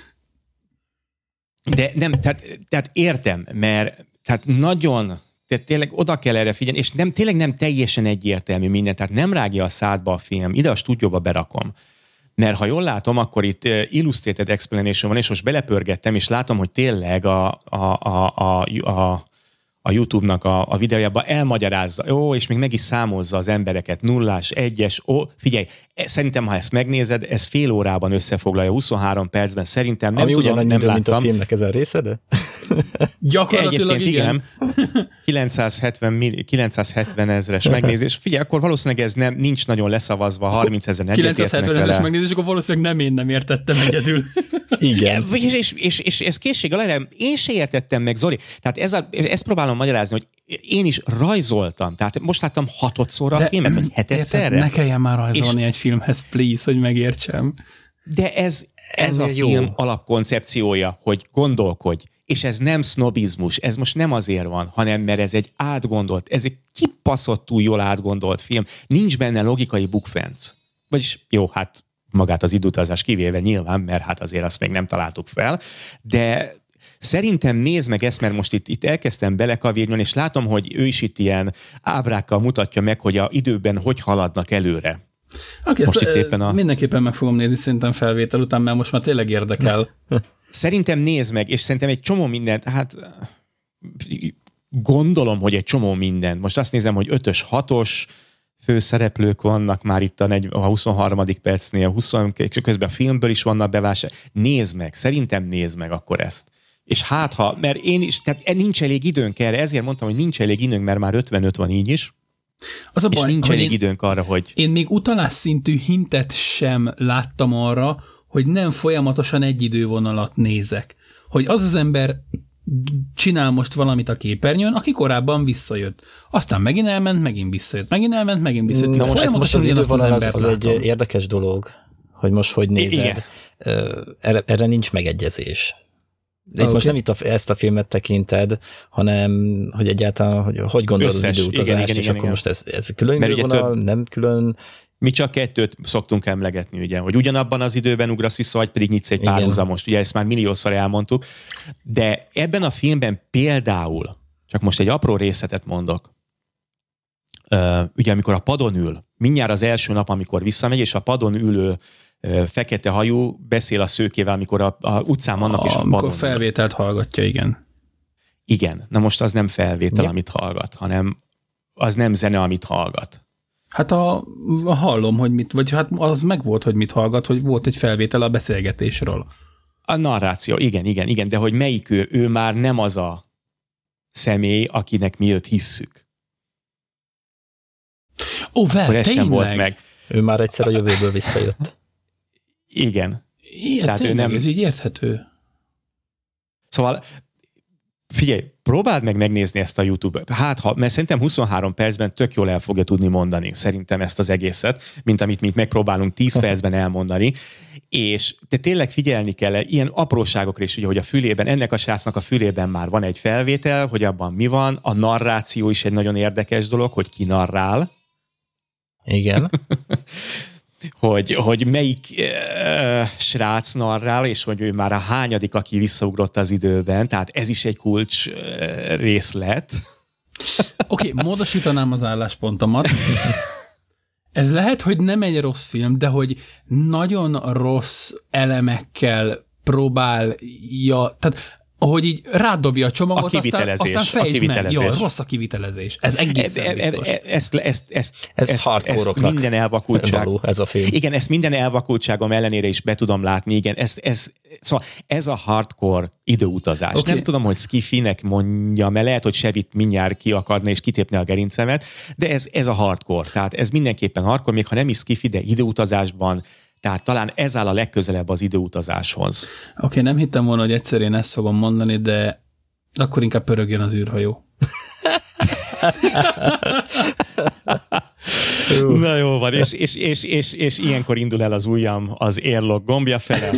de nem, tehát, tehát értem, mert tehát nagyon... Tehát tényleg oda kell erre figyelni, és nem, tényleg nem teljesen egyértelmű minden, tehát nem rágja a szádba a film, ide a stúdióba berakom. Mert ha jól látom, akkor itt illustrated explanation van, és most belepörgettem, és látom, hogy tényleg a, a, a, a, a, a YouTube-nak a, a videójában elmagyarázza, ó, és még meg is számozza az embereket, nullás, egyes, ó, figyelj, szerintem, ha ezt megnézed, ez fél órában összefoglalja, huszonhárom percben, szerintem nem ami tudom, nem láttam. láttam. Mint a filmnek ezen része, de? Gyakorlatilag igen. igen. kilencszázhetven ezres megnézés. Figyelj, akkor valószínűleg ez nem, nincs nagyon leszavazva, harminc ezer kilencszázhetven ezres megnézés, akkor valószínűleg nem én nem értettem egyedül. Igen. És, és, és, és ez készség alá, én se értettem meg, Zoli. Tehát ez a, ezt próbálom magyarázni, hogy én is rajzoltam. Tehát most láttam hatodszorra a filmet, vagy hetedszerre. Ne kelljen már rajzolni és, egy filmhez, please, hogy megértsem. De ez, ez a jó. Film alapkoncepciója, hogy gondolkodj. És ez nem sznobizmus, ez most nem azért van, hanem mert ez egy átgondolt, ez egy kipaszottul jól átgondolt film. Nincs benne logikai bukfenc. Vagyis jó, hát magát az időutazás kivéve nyilván, mert hát azért azt még nem találtuk fel, de szerintem nézd meg ezt, mert most itt, itt elkezdtem belekavírni, és látom, hogy ő is itt ilyen ábrákkal mutatja meg, hogy a időben hogy haladnak előre. Okay, most itt éppen a... mindenképpen meg fogom nézni szerintem felvétel után, mert most már tényleg érdekel. Szerintem nézd meg, és szerintem egy csomó mindent, hát gondolom, hogy egy csomó minden. Most azt nézem, hogy ötös, hatos főszereplők vannak már itt a, a huszonharmadik percnél, húsz, közben a filmből is vannak bevásárolva. Nézd meg, szerintem nézd meg akkor ezt. És hát ha, mert én is, tehát nincs elég időnk erre, ezért mondtam, hogy nincs elég időnk, mert már ötvenöt van így is. Az a baj, és nincs elég én, időnk arra, hogy... Én még utalás szintű hintet sem láttam arra, hogy nem folyamatosan egy idővonalat nézek. Hogy az az ember csinál most valamit a képernyőn, aki korábban visszajött. Aztán megint elment, megint visszajött. Megint elment, megint visszajött. Na most, ez most az idővonal az, az egy érdekes dolog, hogy most hogy nézed. Igen. Erre, erre nincs megegyezés. De okay. Most nem itt a, ezt a filmet tekinted, hanem hogy egyáltalán, hogy, hogy gondolod összes, az időutazást, igen, igen, és igen, akkor igen. Most ez, ez külön idővonal, több... nem külön... Mi csak kettőt szoktunk emlegetni, ugye, hogy ugyanabban az időben ugrasz vissza, vagy pedig nyitsz egy párhuzamost. Ugye ezt már milliószor elmondtuk. De ebben a filmben például, csak most egy apró részletet mondok, uh, ugye amikor a padon ül, mindjárt az első nap, amikor visszamegy, és a padon ülő uh, fekete hajú beszél a szőkével, amikor a, a utcán vannak, a, és a padon amikor felvételt ül. Hallgatja, igen. Igen. Na most az nem felvétel, ja. amit hallgat, hanem az nem zene, amit hallgat. Hát a, a hallom, hogy mit, vagy hát az megvolt, hogy mit hallgat, hogy volt egy felvétel a beszélgetésről. A narráció, igen, igen, igen, de hogy melyik ő, ő már nem az a személy, akinek mi őt hisszük. Ó, vel, ez sem volt meg. Ő már egyszer a jövőből visszajött. Igen. Igen, Tehát tényleg, ő nem... ez így érthető. Szóval figyelj, próbáld meg megnézni ezt a YouTube-t. Hát, ha, mert szerintem huszonhárom percben tök jól el fogja tudni mondani, szerintem ezt az egészet, mint amit mi megpróbálunk tíz percben elmondani. És de tényleg figyelni kell ilyen apróságokra is, ugye, hogy a fülében, ennek a srácnak a fülében már van egy felvétel, hogy abban mi van. A narráció is egy nagyon érdekes dolog, hogy ki narrál. Igen. hogy, hogy melyik uh, srác narrál, és hogy ő már a hányadik, aki visszaugrott az időben, tehát ez is egy kulcs uh, részlet. Oké, okay, módosítanám az álláspontomat. Ez lehet, hogy nem egy rossz film, de hogy nagyon rossz elemekkel próbálja, tehát ahogy így rádobja a csomagot, a aztán, aztán fejtsd meg. Ja, rossz a kivitelezés. Ez egészen e, e, biztos. E, e, ezt, ezt, ezt, ez ezt, hardcore-oknak minden elvakultság. való ez a film. Igen, ezt minden elvakultságom ellenére is be tudom látni. Igen, ez, ez, szóval ez a hardcore időutazás. Okay. Nem tudom, hogy Skiffy-nek mondjam, mert lehet, hogy Sevit mindjárt ki akarna és kitépne a gerincemet, de ez, ez a hardcore. Tehát ez mindenképpen hardcore, még ha nem is Skiffy, de időutazásban. Tehát talán ez áll a legközelebb az időutazáshoz. Oké, okay, nem hittem volna, hogy egyszer én ezt fogom mondani, de akkor inkább pörögjön az űrhajó. Na jó van, és, és, és, és, és ilyenkor indul el az ujjam az airlock gombja fele.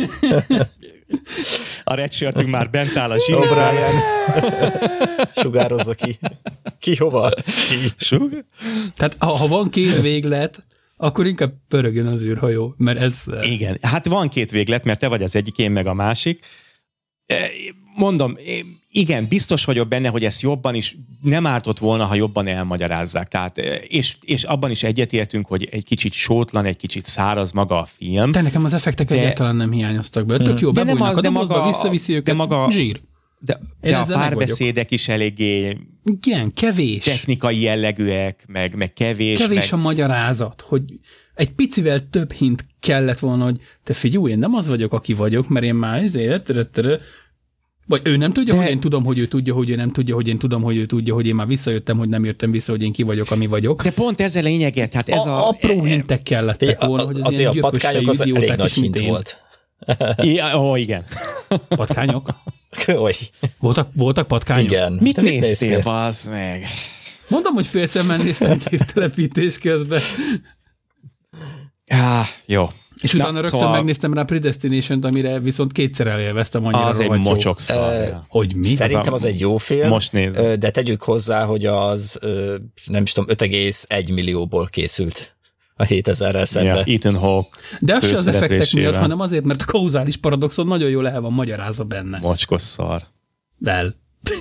A redshirtünk már bent áll a zsírban. Sugározza ki. Ki hova? Ki. Sugár? Tehát ha, ha van két véglet, akkor inkább pörögjön az űrhajó, mert ez... Igen, hát van két véglet, mert te vagy az egyik, én meg a másik. Mondom, igen, biztos vagyok benne, hogy ezt jobban is nem ártott volna, ha jobban elmagyarázzák. Tehát, és, és abban is egyetértünk, hogy egy kicsit sótlan, egy kicsit száraz maga a film. De nekem az effektek de... egyáltalán nem hiányoztak be. Tök jó, de nem az, a de maga, visszaviszi őket, de maga, zsír. De, de a párbeszédek is eléggé igen, kevés. Technikai jellegűek, meg, meg kevés. Kevés meg... a magyarázat, hogy egy picivel több hint kellett volna, hogy te figyelj, én nem az vagyok, aki vagyok, mert én már ezért, vagy ő nem tudja, de... hogy én tudom, hogy ő tudja, hogy ő nem tudja, hogy én tudom, hogy ő tudja, hogy én már visszajöttem, hogy nem jöttem vissza, hogy én ki vagyok, ami vagyok. De pont ez a lényege. Tehát ez a, a, apró hintek kellettek a, volna, hogy az azért ilyen a patkányok az elég nagy hint én. volt. Ja, ó, igen. Patkányok? Oly. Voltak, voltak patkányok? Igen. Mit néztél, néztél? Bazd meg? Mondom, hogy félszemmel néztem képtelepítés közben. Ah, jó. És utána Na, rögtön szóval... megnéztem rá Predestination-t, amire viszont kétszer elélveztem annyira az rohadt egy mocsok szar. Uh, hogy mi? Szerintem az, az egy jó film. Most nézem. De tegyük hozzá, hogy az nem is tudom, öt egész egy millióból készült a hétezerrel szemben. Ja, Ethan Hawke. De az se az effektek miatt, hanem azért, mert a kauzális paradoxon nagyon jól el van magyarázva benne. Mocskos szar. Del.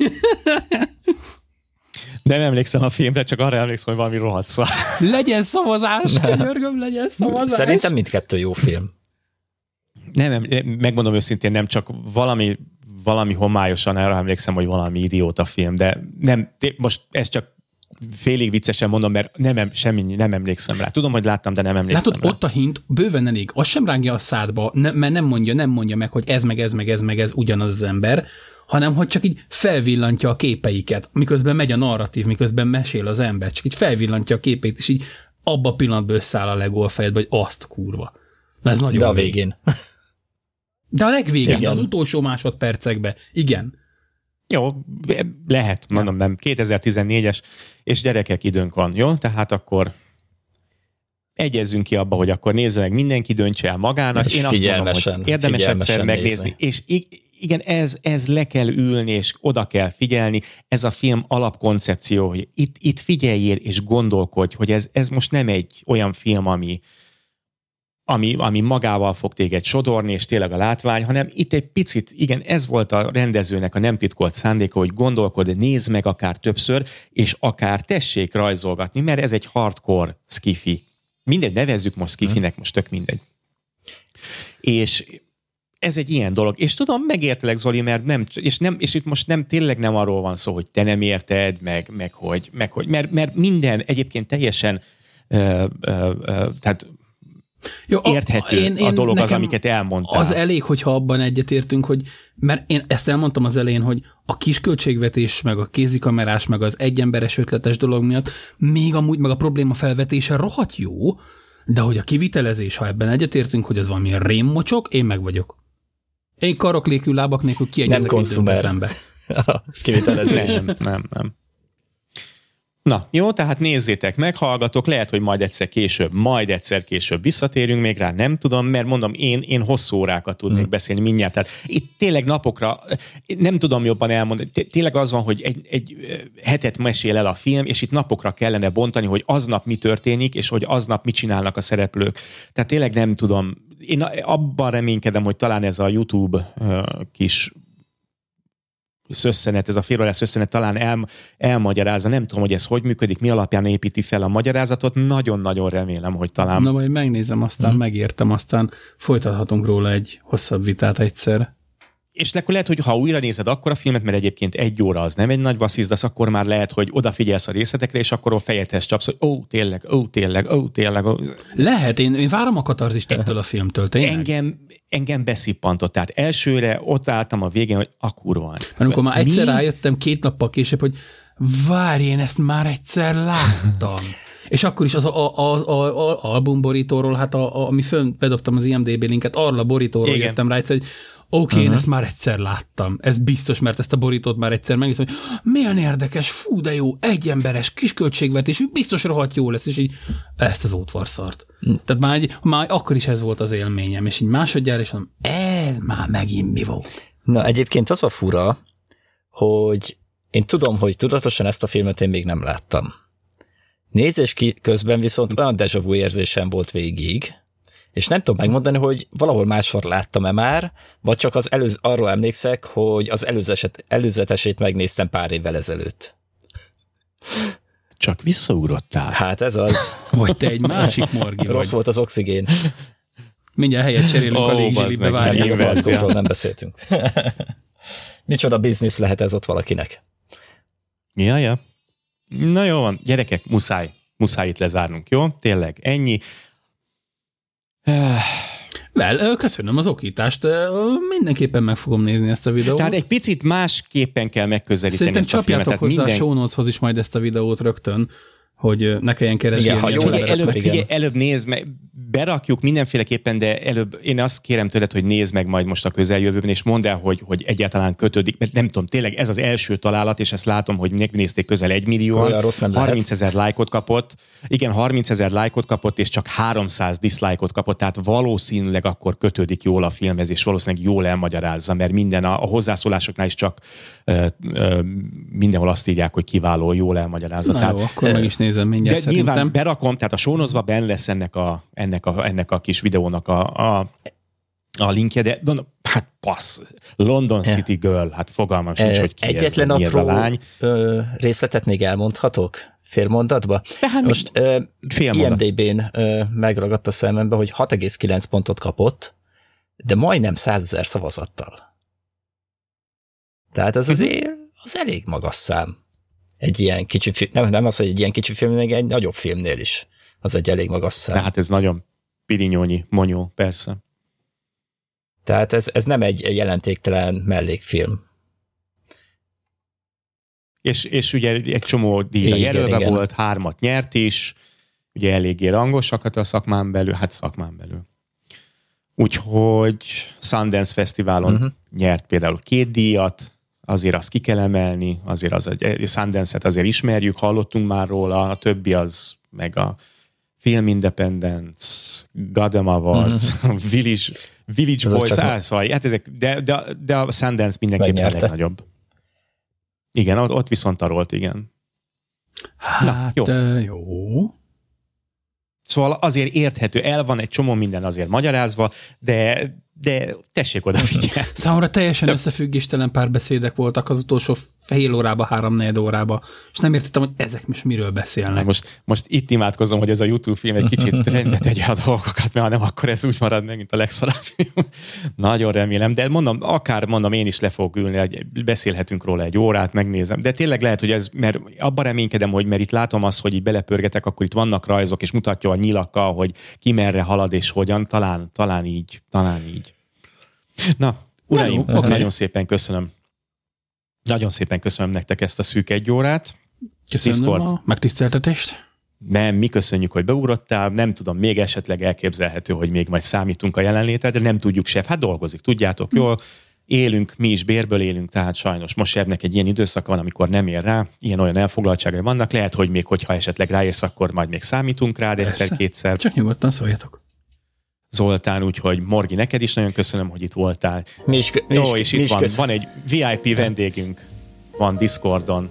Nem emlékszem a filmre, csak arra emlékszem, hogy valami rohadt szar. Legyen szavazás, könyörgöm, legyen szavazás. Szerintem mindkettő jó film. Nem, megmondom őszintén, nem csak valami valami homályosan arra emlékszem, hogy valami idióta film, de nem, most ez csak félig viccesen mondom, mert nem, semmi, nem emlékszem rá. Tudom, hogy láttam, de nem emlékszem Látod, rá. ott a hint bőven elég. Az sem rágja a szádba, ne, mert nem mondja, nem mondja meg, hogy ez meg ez meg ez meg ez ugyanaz az ember, hanem hogy csak így felvillantja a képeiket, miközben megy a narratív, miközben mesél az ember, csak így felvillantja a képeit, és így abba a pillanatban összeáll a Lego a fejedbe, hogy azt kurva. Na ez nagyon De a végén. De a legvégén, Igen. az utolsó másodpercekben. Igen. Jó, lehet, mondom, nem. kétezer-tizennégyes, és gyerekek, időnk van, jó? Tehát akkor egyezzünk ki abba, hogy akkor nézze meg, mindenki döntse el magának. És Én azt mondom, hogy érdemes egyszer megnézni. És igen, ez, ez le kell ülni, és oda kell figyelni. Ez a film alapkoncepció, hogy itt, itt figyeljél és gondolkodj, hogy ez, ez most nem egy olyan film, ami Ami, ami magával fog téged sodorni, és tényleg a látvány, hanem itt egy picit, igen, ez volt a rendezőnek a nem titkolt szándéka, hogy gondolkodj, nézd meg akár többször, és akár tessék rajzolgatni, mert ez egy hardcore skifi. Mindegy, nevezzük most skifinek, most tök mindegy. És ez egy ilyen dolog. És tudom, megértelek, Zoli, mert nem, és, nem, és itt most nem, tényleg nem arról van szó, hogy te nem érted, meg, meg hogy, meg hogy mert, mert minden egyébként teljesen ö, ö, ö, tehát Jó, érthető én, én, a dolog az, amiket elmondtál. Az elég, hogyha abban egyetértünk, hogy, mert én ezt elmondtam az elején, hogy a kis költségvetés, meg a kézikamerás, meg az egyemberes ötletes dolog miatt még amúgy, meg a probléma felvetése rohadt jó, de hogy a kivitelezés, ha ebben egyetértünk, hogy az valami rémmocsok, én meg vagyok. Én karok nélkül, lábak nélkül kiegyezek egy döntetlenbe. Kivitelezés. Nem, nem, nem. Na, jó, tehát nézzétek meg, hallgatok, lehet, hogy majd egyszer később, majd egyszer később visszatérünk még rá, nem tudom, mert mondom, én, én hosszú órákat tudnék hmm. beszélni mindjárt. Tehát itt tényleg napokra, nem tudom jobban elmondani, tényleg az van, hogy egy, egy hetet mesél el a film, és itt napokra kellene bontani, hogy aznap mi történik, és hogy aznap mit csinálnak a szereplők. Tehát tényleg nem tudom. Én abban reménykedem, hogy talán ez a YouTube uh, kis szösszenet, ez a félórás összenet talán el, elmagyarázza. Nem tudom, hogy ez hogy működik, mi alapján építi fel a magyarázatot. Nagyon-nagyon remélem, hogy talán... Na, majd megnézem, aztán hmm. megértem, aztán folytathatunk róla egy hosszabb vitát egyszer. És akkor lehet, hogy ha újra nézed akkor a filmet, mert egyébként egy óra az nem egy nagy vasszizdasz, akkor már lehet, hogy odafigyelsz a részletekre, és akkor a fejedhez csapsz, hogy ó, tényleg, ó, tényleg, ó, tényleg. Ó. Lehet, én, én várom a katarzist ettől a filmtől, tényleg. Engem, engem beszippantott. Tehát elsőre ott álltam a végén, hogy a kurva. Amikor már egyszer Mi? rájöttem két nappal később, hogy várj, én ezt már egyszer láttam. És akkor is az, a, az, az a, albumborítóról, hát a, a, ami fönn bedobtam az I M D B linket, arról a borítóról Igen. jöttem rá egyszer, hogy oké, okay, uh-huh. én ezt már egyszer láttam. Ez biztos, mert ezt a borítót már egyszer megnéztem, hogy milyen érdekes, fú, de jó, egyemberes, kisköltségvetésű, biztos rohadt jó lesz, és így ezt az ótvarszart. Mm. Tehát már, egy, már akkor is ez volt az élményem, és így másodjára is mondom, ez már megint mi volt. Na, egyébként az a fura, hogy én tudom, hogy tudatosan ezt a filmet én még nem láttam. Nézés közben viszont olyan déjà vu érzésem volt végig, és nem tudom megmondani, hogy valahol máshol láttam-e már, vagy csak az előz, arról emlékszek, hogy az előzeset, előzetesét megnéztem pár évvel ezelőtt. Csak visszaugrottál. Hát ez az. Vagy te egy másik morgi vagy. Rossz volt az oxigén. Mindjárt helyet cserélünk oh, a légzsilibe, várjunk. Nem, nem, nem beszéltünk. Micsoda biznisz lehet ez ott valakinek. Ja, ja. Na jó van, gyerekek, muszáj. Muszáj itt lezárnunk, jó? Tényleg, ennyi. Well, köszönöm az okítást, mindenképpen meg fogom nézni ezt a videót. Tehát egy picit másképpen kell megközelíteni Szerintem ezt a filmet. Szerintem csapjátok hozzá minden... a show noteshoz is majd ezt a videót rögtön, hogy ne kelljen keresgélni. Igen, jó, figyelj, előbb, figyelj, előbb nézd meg, berakjuk mindenféleképpen, de előbb én azt kérem tőled, hogy nézd meg majd most a közeljövőben, és mondd el, hogy, hogy egyáltalán kötődik, mert nem tudom, tényleg ez az első találat, és ezt látom, hogy megnézték közel egy millióan, harmincezer lájkot kapott, igen, harmincezer lájkot kapott, és csak háromszáz diszlájkot kapott, tehát valószínűleg akkor kötődik jól a filmhez, és valószínűleg jól elmagyarázza, mert minden a, a hozzászólásoknál is csak ö, ö, mindenhol azt írják, hogy kiváló, jól elmagyarázza. Na tehát, jó, akkor meg is nézem mindjárt de szerintem. Nyilván berakom, tehát a shownozva benn lesz ennek a, ennek a, ennek a kis videónak a, a, a linkje, de no, hát passz, London City Girl, hát fogalmam sincs, hogy ki Egyetlen ez, mi ez a lány. Ö, részletet még elmondhatok? Fél mondatba? Hát most ö, I M D B-n ö, megragadt a szemembe, hogy hat egész kilenc pontot kapott, de majdnem százezer szavazattal. Tehát ez azért az elég magas szám. Egy ilyen kicsi film, nem, nem az, hogy egy ilyen kicsi film, meg egy nagyobb filmnél is. Az egy elég magas szám. De hát ez nagyon pirinyónyi, monyó, persze. Tehát ez, ez nem egy jelentéktelen mellékfilm. És, és ugye egy csomó díjra igen, jelölve igen. volt, hármat nyert is, ugye eléggé rangosakat a szakmán belül, hát szakmán belül. Úgyhogy Sundance Fesztiválon uh-huh. nyert például két díjat, azért azt ki kell emelni, azért az egy Sundance-et azért ismerjük, hallottunk már róla, a többi az meg a Film Independence, Gotham Awards, uh-huh. Village, Village Voice, á, szóval, hát ezek, de, de, de a Sundance mindenképpen a legnagyobb. Igen, ott, ott viszont tarolt, igen. Hát, Na, jó. jó. Szóval azért érthető, el van egy csomó minden azért magyarázva, de, de tessék oda figyelni. Számomra teljesen de... összefüggéstelen párbeszédek voltak az utolsó fél órába, három-négy órába, és nem értettem, hogy ezek most miről beszélnek. Most, most itt imádkozom, hogy ez a YouTube film egy kicsit rendbe tegye a dolgokat, mert ha nem, akkor ez úgy marad meg, mint a legszarább film. Nagyon remélem, de mondom, akár mondom, én is le fogok ülni, beszélhetünk róla egy órát, megnézem. De tényleg lehet, hogy ez, mert abban reménykedem, hogy mert itt látom azt, hogy így belepörgetek, akkor itt vannak rajzok, és mutatja a nyilakkal, hogy ki merre halad és hogyan, talán, talán így, talán így. Na, uraim, Na jó, okay. Nagyon szépen köszönöm. Nagyon szépen köszönöm nektek ezt a szűk egy órát. Köszönöm Discord. A megtiszteltetést. Nem, mi köszönjük, hogy beugrottál. Nem tudom, még esetleg elképzelhető, hogy még majd számítunk a jelenlétedre, nem tudjuk se. Hát dolgozik, tudjátok, jól. Élünk, mi is bérből élünk, tehát sajnos most Sebnek egy ilyen időszaka van, amikor nem ér rá, ilyen-olyan elfoglaltságai vannak. Lehet, hogy még, hogyha esetleg ráérsz, akkor majd még számítunk rád egyszer-kétszer. Csak nyugodtan szóljatok. Zoltán, úgyhogy Morgi, neked is nagyon köszönöm, hogy itt voltál. Mi is, mi Jó, is, és mi itt is van, köszön. van egy vé i pé vendégünk, van Discordon.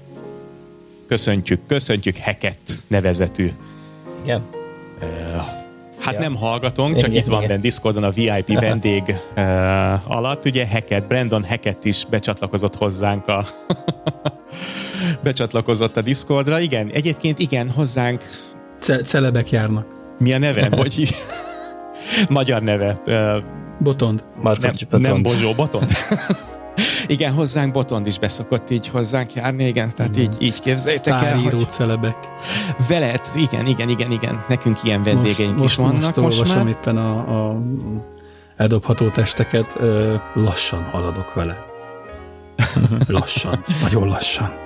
Köszöntjük, köszöntjük Hackett nevezetű. Igen. Uh, hát ja. nem hallgatónk, csak igen, itt van igen. benne Discordon a vé i pé vendég uh, alatt. Ugye Hackett, Brandon Hackett is becsatlakozott hozzánk a becsatlakozott a Discordra. Igen, egyébként igen, hozzánk Ce- celebek járnak. Mi a neve? Hogy magyar neve. Uh, Botond. Nem, nem Bozsó, Botond. Igen, hozzánk Botond is beszokott így hozzánk járni, igen, tehát így, így képzeljétek el, Sztáríró hogy... celebek. Veled, igen, igen, igen, igen, nekünk ilyen vendégeink most, is vannak most, most, most már. Most éppen a, a eldobható testeket, ö, lassan haladok vele. Lassan, nagyon lassan.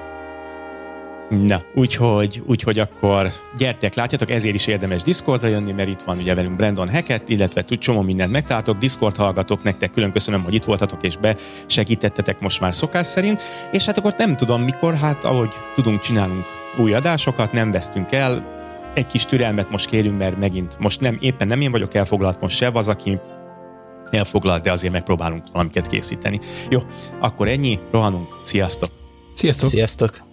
Na, úgyhogy, úgyhogy akkor gyertek, látjátok, ezért is érdemes Discordra jönni, mert itt van ugye velünk Brandon Hackett, illetve tud csomó mindent megtaláltok, Discord hallgatók, nektek külön köszönöm, hogy itt voltatok és besegítettetek most már szokás szerint, és hát akkor nem tudom mikor, hát ahogy tudunk, csinálunk új adásokat, nem vesztünk el, egy kis türelmet most kérünk, mert megint most nem, éppen nem én vagyok elfoglalt, most Seb az, aki elfoglalt, de azért megpróbálunk valamiket készíteni. Jó, akkor ennyi, rohanunk, sziasztok! Sziasztok! Sziasztok!